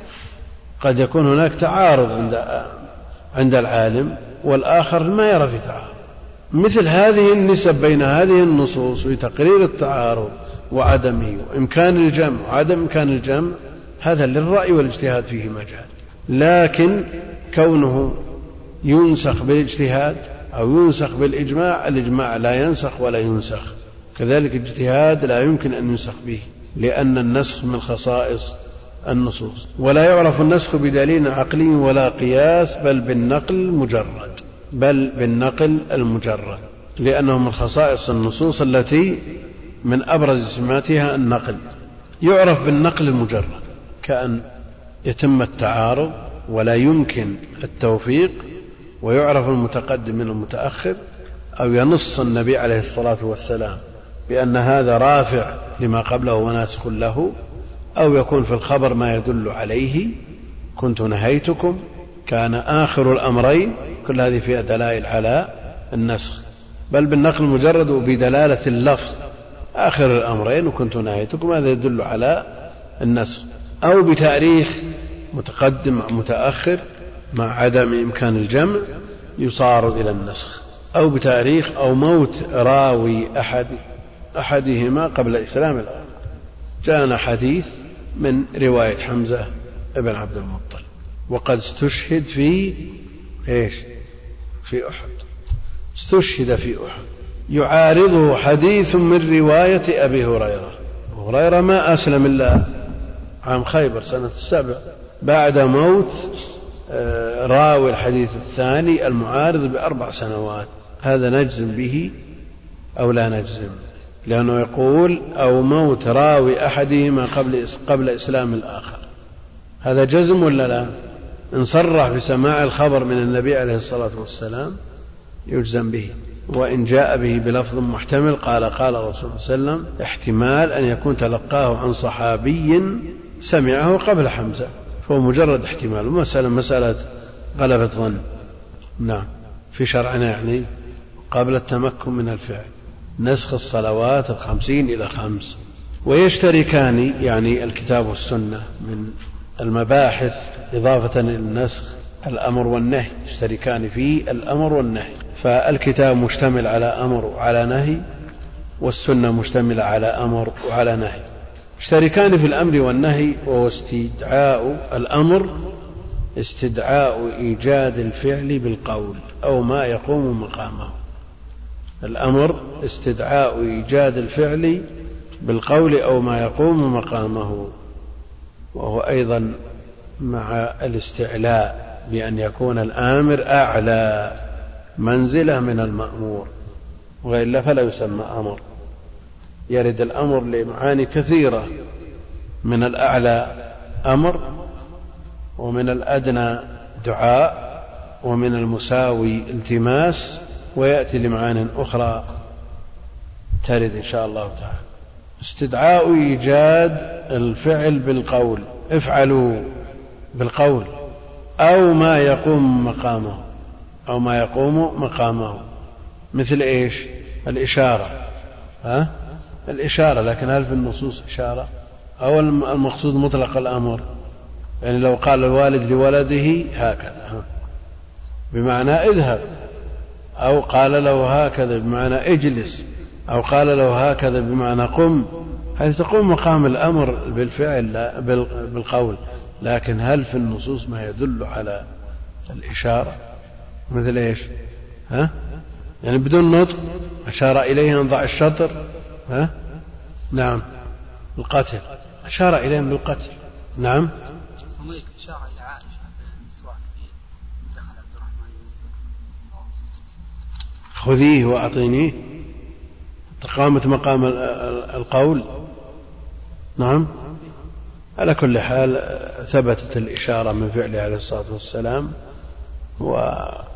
قد يكون هناك تعارض عند عند العالم والآخر ما يرى في تعارض، مثل هذه النسب بين هذه النصوص وتقرير التعارض وعدمه وإمكان الجمع وعدم إمكان الجمع، هذا للرأي والاجتهاد فيه مجال. لكن كونه ينسخ بالاجتهاد أو ينسخ بالإجماع، الإجماع لا ينسخ ولا ينسخ. كذلك اجتهاد لا يمكن أن ينسخ به، لأن النسخ من خصائص النصوص. ولا يعرف النسخ بدليل عقلي ولا قياس، بل بالنقل المجرد بل بالنقل المجرد لأنه من خصائص النصوص التي من أبرز سماتها النقل. يعرف بالنقل المجرد كأن يتم التعارض ولا يمكن التوفيق، ويعرف المتقدم من المتأخر، أو ينص النبي عليه الصلاة والسلام بأن هذا رافع لما قبله وناسخ له، أو يكون في الخبر ما يدل عليه، كنت نهيتكم، كان آخر الأمرين، كل هذه فيها دلائل على النسخ. بل بالنقل المجرد وبدلالة اللفظ آخر الأمرين وكنت نهيتكم، هذا يدل على النسخ. أو بتاريخ متقدم مع متأخر مع عدم إمكان الجمع يصار إلى النسخ. أو بتاريخ أو موت راوي أحد أحدهما قبل إسلام الآخر. جاءنا حديث من رواية حمزة ابن عبد المطلب وقد استشهد في إيش في أحد استشهد في أحد، يعارضه حديث من رواية أبي هريرة. أبو هريرة ما أسلم إلا عام خيبر سنة السبع بعد موت راوي الحديث الثاني المعارض بأربع سنوات. هذا نجزم به أو لا نجزم؟ لأنه يقول أو موت راوي أحدهما قبل قبل إسلام الآخر. هذا جزم ولا لا؟ إن صرح بسماع الخبر من النبي عليه الصلاة والسلام يجزم به. وإن جاء به بلفظ محتمل قال قال الرسول صلى الله عليه وسلم، احتمال أن يكون تلقاه عن صحابي سمعه قبل حمزة، فهو مجرد احتمال، ومسألة مسألة غلبة ظن. نعم، في شرعنا يعني قبل التمكن من الفعل نسخ الصلوات الخمسين إلى خمس. ويشتركان يعني الكتاب والسنة من المباحث إضافة إلى النسخ الأمر والنهي، يشتركان في الأمر والنهي. فالكتاب مشتمل على أمر وعلى نهي، والسنة مشتملة على أمر وعلى نهي. يشتركان في الأمر والنهي، وهو استدعاء الأمر استدعاء إيجاد الفعل بالقول أو ما يقوم مقامه. الأمر استدعاء إيجاد الفعل بالقول أو ما يقوم مقامه، وهو أيضا مع الاستعلاء بأن يكون الآمر أعلى منزلة من المأمور، وإلا فلا يسمى أمر. يرد الأمر لمعاني كثيرة، من الأعلى أمر، ومن الأدنى دعاء، ومن المساوي التماس، ويأتي لمعان أخرى ترد إن شاء الله تعالى. استدعاء إيجاد الفعل بالقول، افعلوا بالقول أو ما يقوم مقامه أو ما يقوم مقامه. مثل إيش؟ الإشارة، ها؟ الإشارة، لكن هل في النصوص إشارة؟ أو المقصود مطلق الأمر؟ يعني لو قال الوالد لولده هكذا بمعنى اذهب، أو قال له هكذا بمعنى اجلس، أو قال له هكذا بمعنى قم، هذه تقوم مقام الأمر بالفعل بالقول. لكن هل في النصوص ما يدل على الإشارة؟ مثل إيش؟ ها؟ يعني بدون نطق أشار إليه أن ضع الشطر، ها؟ نعم. القتل أشار إليهم بالقتل، نعم. إشارة إلى عائشة المسواك في دخل عبد الرحمن، خذيه وأعطينيه، تقامت مقام القول. نعم. على كل حال ثبتت الإشارة من فعله عليه الصلاة والسلام، و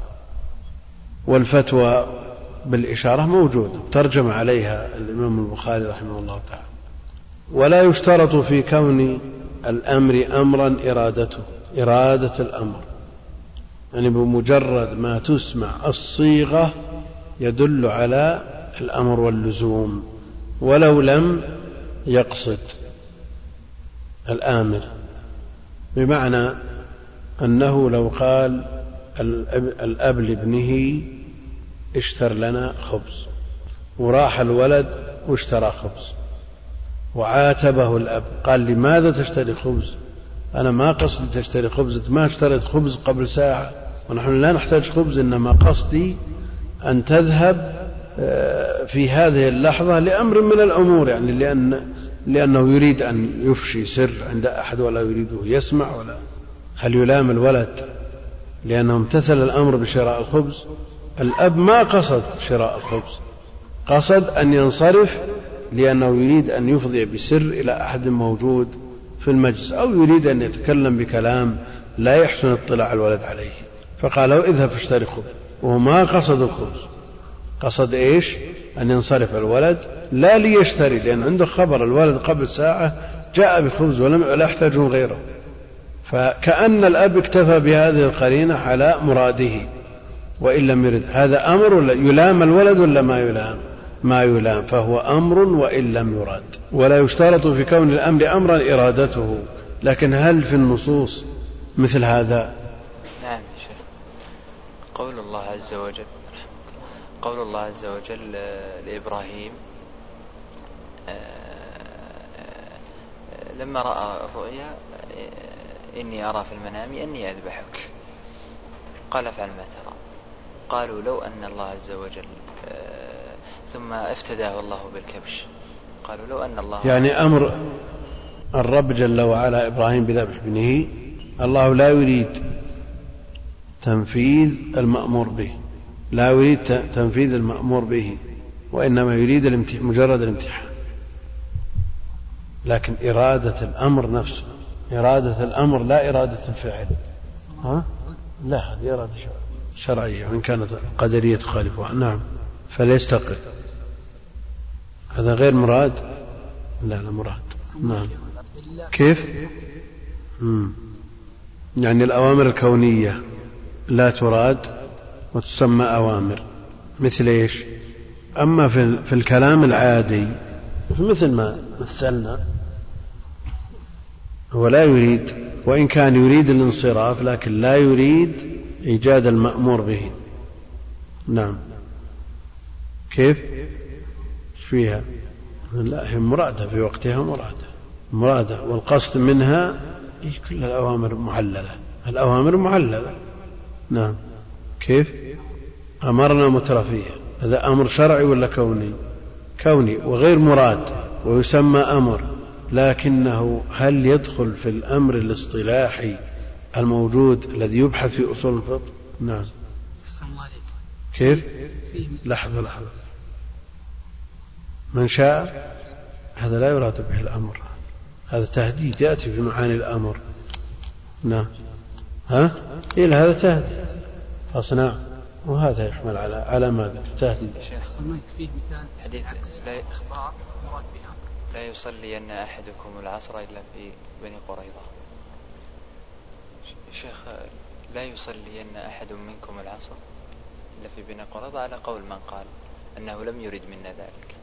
والفتوى بالإشارة موجودة، ترجم عليها الإمام البخاري رحمه الله تعالى. ولا يشترط في كون الأمر أمرا إرادته إرادة الأمر، يعني بمجرد ما تسمع الصيغة يدل على الأمر واللزوم، ولو لم يقصد الآمر. بمعنى أنه لو قال الأب لابنه اشتر لنا خبز، وراح الولد واشترى خبز، وعاتبه الأب قال لماذا تشتري خبز؟ أنا ما قصدي تشتري خبز، ما اشتريت خبز قبل ساعة، ونحن لا نحتاج خبز، إنما قصدي أن تذهب في هذه اللحظة لأمر من الأمور، يعني لأن لأنه يريد أن يفشي سر عند أحد ولا يريده يسمع، ولا هل يلام الولد لأنه امتثل الأمر بشراء الخبز؟ الأب ما قصد شراء الخبز، قصد أن ينصرف لأنه يريد أن يفضي بسر إلى أحد موجود في المجلس، أو يريد أن يتكلم بكلام لا يحسن اطلاع الولد عليه، فقال له اذهب فاشتري خبز، وهو ما قصد الخبز، قصد إيش؟ أن ينصرف الولد لا ليشتري، لأن عنده خبر الولد قبل ساعة جاء بخبز ولم لا يحتاجون غيره، فكأن الأب اكتفى بهذه القرينة على مراده وإن لم يرد. هذا أمر ولا يلام الولد ولا ما يلام؟ ما يلام، فهو أمر وإن لم يرد. ولا يشترط في كون الأمر أمرا إرادته، لكن هل في النصوص مثل هذا؟ نعم يا شيخ. قول الله عز وجل قول الله عز وجل لإبراهيم لما رأى الرؤيا إني أرى في المنام أني أذبحك، قال افعل ما ترى. قالوا لو أن الله عز وجل ثم افتداه الله بالكبش، قالوا لو أن الله يعني أمر الرب جل وعلا إبراهيم بذبح ابنه، الله لا يريد تنفيذ المأمور به، لا يريد تنفيذ المأمور به، وإنما يريد مجرد الامتحان. لكن إرادة الأمر نفسه إرادة الأمر لا إرادة الفعل. ها؟ لا، هذه إرادة شرعية وإن كانت قدرية تخالفها. نعم، فليستقل، هذا غير مراد. لا لا مراد. نعم. كيف؟ مم. يعني الأوامر الكونية لا تراد وتسمى أوامر، مثل إيش؟ أما في الكلام العادي مثل ما مثلنا، هو لا يريد، وإن كان يريد الانصراف لكن لا يريد إيجاد المأمور به. نعم. كيف؟ فيها لا، هي مرادة في وقتها، مرادة مرادة والقصد منها كل الأوامر معللة، الأوامر معللة. نعم. كيف؟ أمرنا مترفيه، هذا أمر شرعي ولا كوني؟ كوني وغير مراد ويسمى أمر، لكنه هل يدخل في الأمر الاصطلاحي الموجود الذي يبحث في أصول الفقه؟ نعم. كيف؟ لحظة لحظة، من شاء، هذا لا يراد به الأمر، هذا تهديد يأتي في معاني الأمر. نعم. ها؟ إلى هذا تهديد فاصنع، وهذا يحمل على على ماذا؟ تهديد. فيه مثال حديث لا إخبار مراد بها لا يصلي أن أحدكم العصر إلا في بني قريظة. شيخ، لا يصلي أن أحد منكم العصر إلا في بني قريظة على قول من قال أنه لم يرد منا ذلك.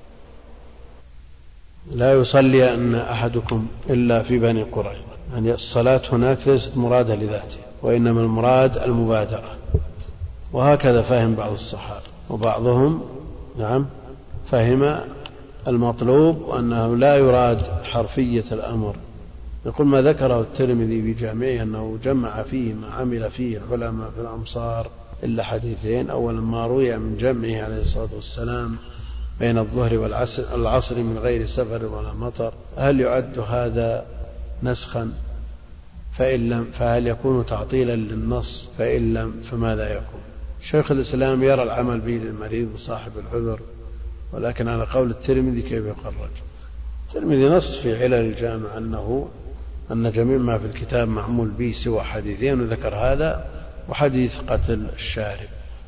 لا يصلي أن أحدكم إلا في بني قريظة، يعني الصلاة هناك ليست مرادة لذاته، وإنما المراد المبادرة، وهكذا فهم بعض الصحابة، وبعضهم نعم فهم المطلوب وأنه لا يراد حرفية الأمر. يقول ما ذكره الترمذي في جامعه أنه جمع فيه ما عمل فيه العلماء في الأمصار إلا حديثين. أولا ما روي من جمعه عليه الصلاة والسلام بين الظهر والعصر من غير سفر ولا مطر، هل يعد هذا نسخا؟ فإن لم فهل يكون تعطيلا للنص؟ فإن لم فماذا يكون؟ شيخ الإسلام يرى العمل به للمريض وصاحب العذر، ولكن على قول الترمذي كيف يخرج؟ الترمذي نص في علل الجامع أنه أن جميع ما في الكتاب معمول به سوى حديثين، وذكر هذا وحديث قتل الشارب.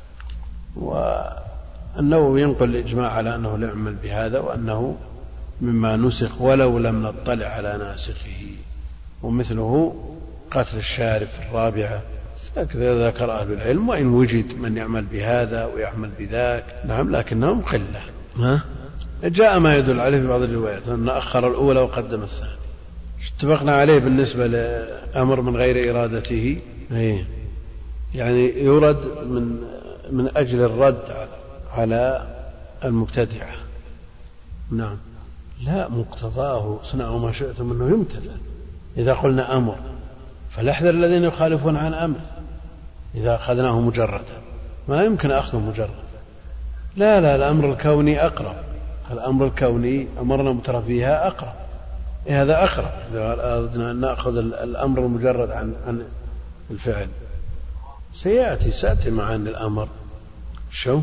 والنووي ينقل الإجماع على أنه لا يعمل بهذا، وأنه مما نسخ ولو لم نطلع على ناسخه، ومثله قتل الشارب في الرابعة. هكذا ذكر أهل العلم، وإن وجد من يعمل بهذا ويعمل بذاك نعم، لكنهم قلة. ها؟ جاء ما يدل عليه في بعض الروايات أن أخر الأولى وقدم الثاني. اتفقنا عليه بالنسبة لأمر من غير إرادته، يعني يرد من من أجل الرد على المبتدعة. نعم. لا، مقتضاه صنعوا ما شئتم منه يمتثل إذا قلنا أمر، فليحذر الذين يخالفون عن أمر إذا أخذناه مجردا، ما يمكن أخذه مجرد، لا لا الأمر الكوني أقرب، الأمر الكوني أمرنا مترى فيها أقرب، إيه هذا أقرب إذا أردنا أن نأخذ الأمر المجرد عن عن الفعل. سيأتي سأتي معاني الأمر شو.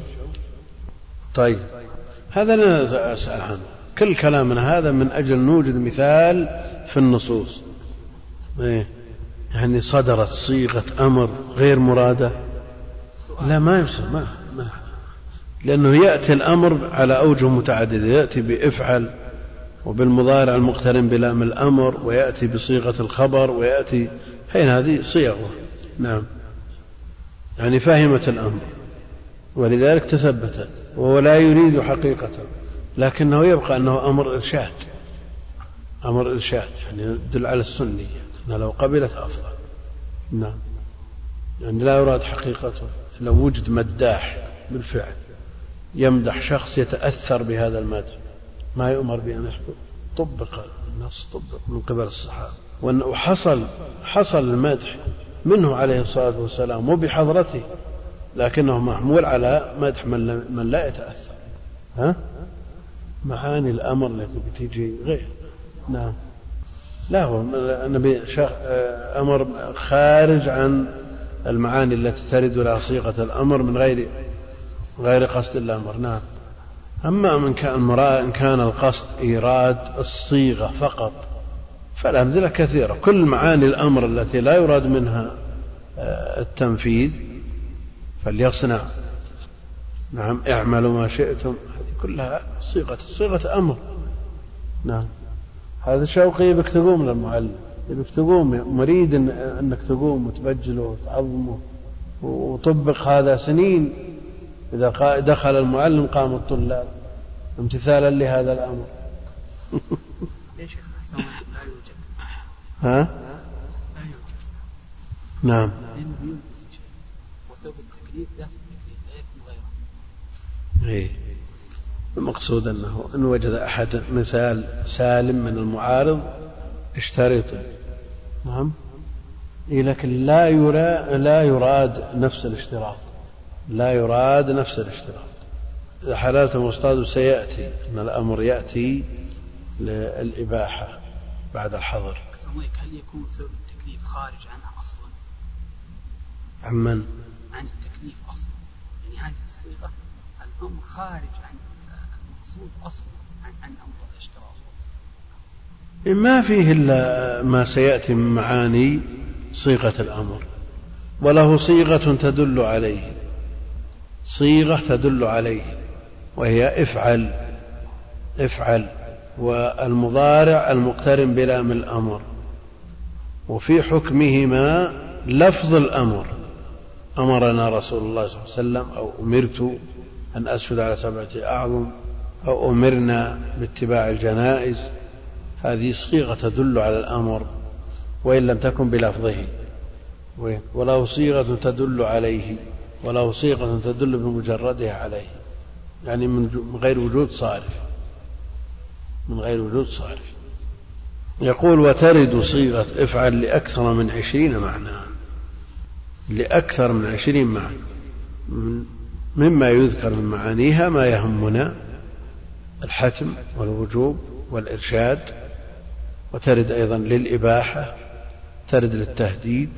طيب هذا لا أسأل عنه، كل كلامنا هذا من أجل نوجد مثال في النصوص. إيه يعني صدرت صيغة أمر غير مرادة، لا ما يمسك ما, ما لأنه يأتي الأمر على أوجه متعددة، يأتي بإفعل وبالمضارع المقترن بلام الأمر، ويأتي بصيغة الخبر، ويأتي حين هذه صيغة. نعم يعني فهمت الأمر ولذلك تثبتت، وهو لا يريد حقيقة لكنه يبقى أنه أمر إرشاد، أمر إرشاد يعني يدل على السنية أنه لو قبلت أفضل. نعم يعني لا يراد حقيقته. لو وجد مداح بالفعل يمدح شخص يتأثر بهذا المدح ما يؤمر بأن يحفظ، طبق النص طبق من قبل الصحابة، وأنه حصل حصل المدح منه عليه الصلاة والسلام وبحضرته، لكنه محمول على مدح من, من لا يتأثر. ها معاني الأمر التي بتيجي غير. نعم لا هو النبي أمر خارج عن المعاني التي ترد لها صيغة الأمر من غير غير قصد الأمر. نعم أما من كان إن كان القصد إيراد الصيغة فقط فالأمثلة كثيرة. كل معاني الأمر التي لا يراد منها التنفيذ فليصنع. نعم اعملوا ما شئتم، هذه كلها صيغة صيغة أمر. نعم هذا شوقي يبك تقوم للمعلم، يبك تقوم مريد إن أنك تقوم وتبجله وتعظمه وطبق هذا سنين. إذا دخل المعلم قام الطلاب امتثالا لهذا الأمر. ليش لا يوجد؟ ها؟ لا يوجد. نعم. لأنه يلبس شيء وسبب التكليف ذات التكليف لا يكون غيره. إيه المقصود أنه إن وجد أحد مثال سالم من المعارض اشترطه. نعم إيه لكن لا يراد لا يراد نفس الاشتراط، لا يراد نفس الاشتراط. إذا حللت المصطاد سيأتي أن الأمر يأتي للإباحة بعد الحظر. هل يكون سبب التكليف خارج عنها أصلا؟ عمن؟ عن التكليف أصلا، يعني هذه الصيغة الأمر خارج عن المقصود أصلا عن, عن أمر الاشتراط. ما فيه إلا ما سيأتي من معاني صيغة الأمر، وله صيغة تدل عليه، صيغة تدل عليه وهي افعل افعل والمضارع المقترن بلام الأمر، وفي حكمهما لفظ الأمر. أمرنا رسول الله صلى الله عليه وسلم، أو أمرت أن أسجد على سبعة أعظم، أو أمرنا باتباع الجنائز. هذه صيغة تدل على الأمر وإن لم تكن بلفظه. وله صيغة تدل عليه، وله صيغة تدل بمجردها عليه، يعني من غير وجود صارف، من غير وجود صارف. يقول وترد صيغة افعل لأكثر من عشرين معنى، لأكثر من عشرين معنى. مما يذكر من معانيها ما يهمنا: الحتم والوجوب والإرشاد، وترد أيضا للإباحة، ترد للتهديد،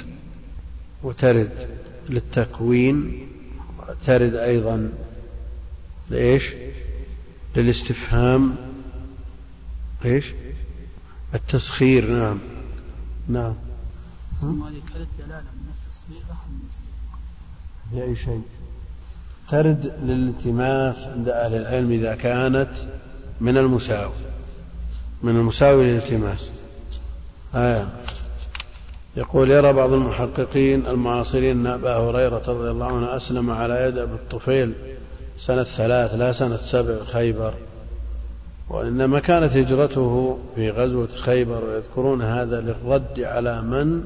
وترد للتكوين، وترد أيضا لإيش؟ للاستفهام، إيش؟ التسخير. نعم نعم. ثم هذه كانت دلالة من نفس الصيغة من الصيغة لأي شيء. ترد للالتماس عند أهل العلم إذا كانت من المساوي، من المساوي للالتماس. آية. يقول يرى بعض المحققين المعاصرين أن أبا هريرة رضي الله عنه أسلم على يد أبي الطفيل سنة ثلاث لا سنة سبع خيبر، وإنما كانت هجرته في غزوة خيبر، ويذكرون هذا للرد على من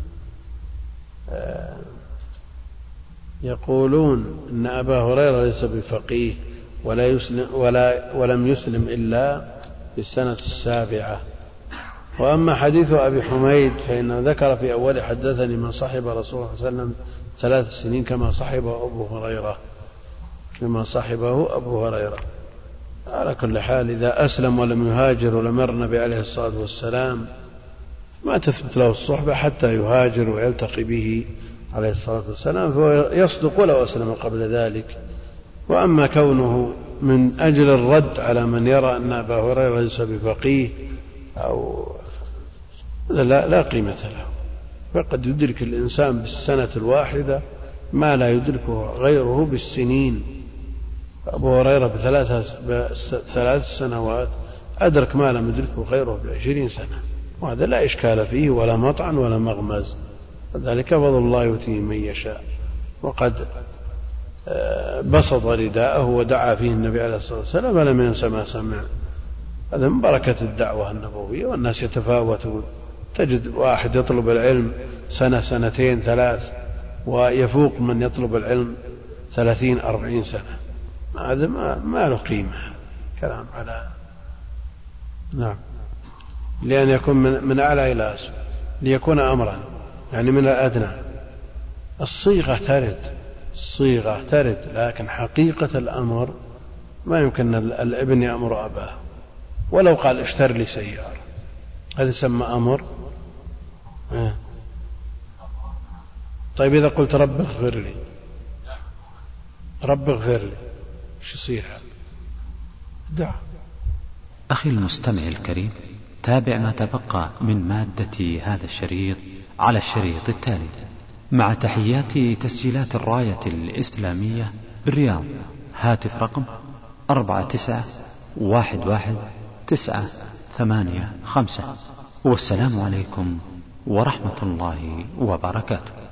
يقولون أن أبا هريرة ليس بفقيه ولا يسلم ولا ولم يسلم إلا في السنة السابعة. وأما حديث أبي حميد فإنه ذكر في أول حدثني من صحب رسول الله صلى الله عليه وسلم ثلاث سنين كما صحب أبو هريرة، بما صحبه أبو هريرة. على كل حال إذا أسلم ولم يهاجر ولم ير النبي عليه الصلاة والسلام ما تثبت له الصحبة حتى يهاجر ويلتقي به عليه الصلاة والسلام، فهو يصدق ولو أسلم قبل ذلك. وأما كونه من أجل الرد على من يرى أن أبا هريرة ليس بفقيه أو لا, لا قيمة له، فقد يدرك الإنسان بالسنة الواحدة ما لا يدركه غيره بالسنين. أبو هريرة بثلاث سنوات أدرك ما لم يدركه غيره بعشرين سنة، وهذا لا إشكال فيه ولا مطعن ولا مغمز، وذلك فضل الله يؤتيه من يشاء. وقد بسط رداءه ودعا فيه النبي عليه الصلاة والسلام فلم ينس ما سمع. هذا من بركة الدعوة النبوية. والناس يتفاوتون، تجد واحد يطلب العلم سنة سنتين ثلاث ويفوق من يطلب العلم ثلاثين أربعين سنة. هذا ما, ما له قيمة كلام على نعم لأن يكون من, من أعلى إلى أسفل، ليكون أمرا يعني من الأدنى. الصيغة ترد الصيغة ترد لكن حقيقة الأمر ما يمكن الابن يأمر أباه ولو قال اشتر لي سيارة، هذا يسمى أمر. آه. طيب إذا قلت رب اغفر لي، رب اغفر لي ايش يصير؟ دع. أخي المستمع الكريم، تابع ما تبقى من مادة هذا الشريط على الشريط التالي. مع تحيات تسجيلات الراية الإسلامية بالرياض، هاتف رقم أربعة تسعة واحد واحد تسعة ثمانية خمسة. والسلام عليكم ورحمة الله وبركاته.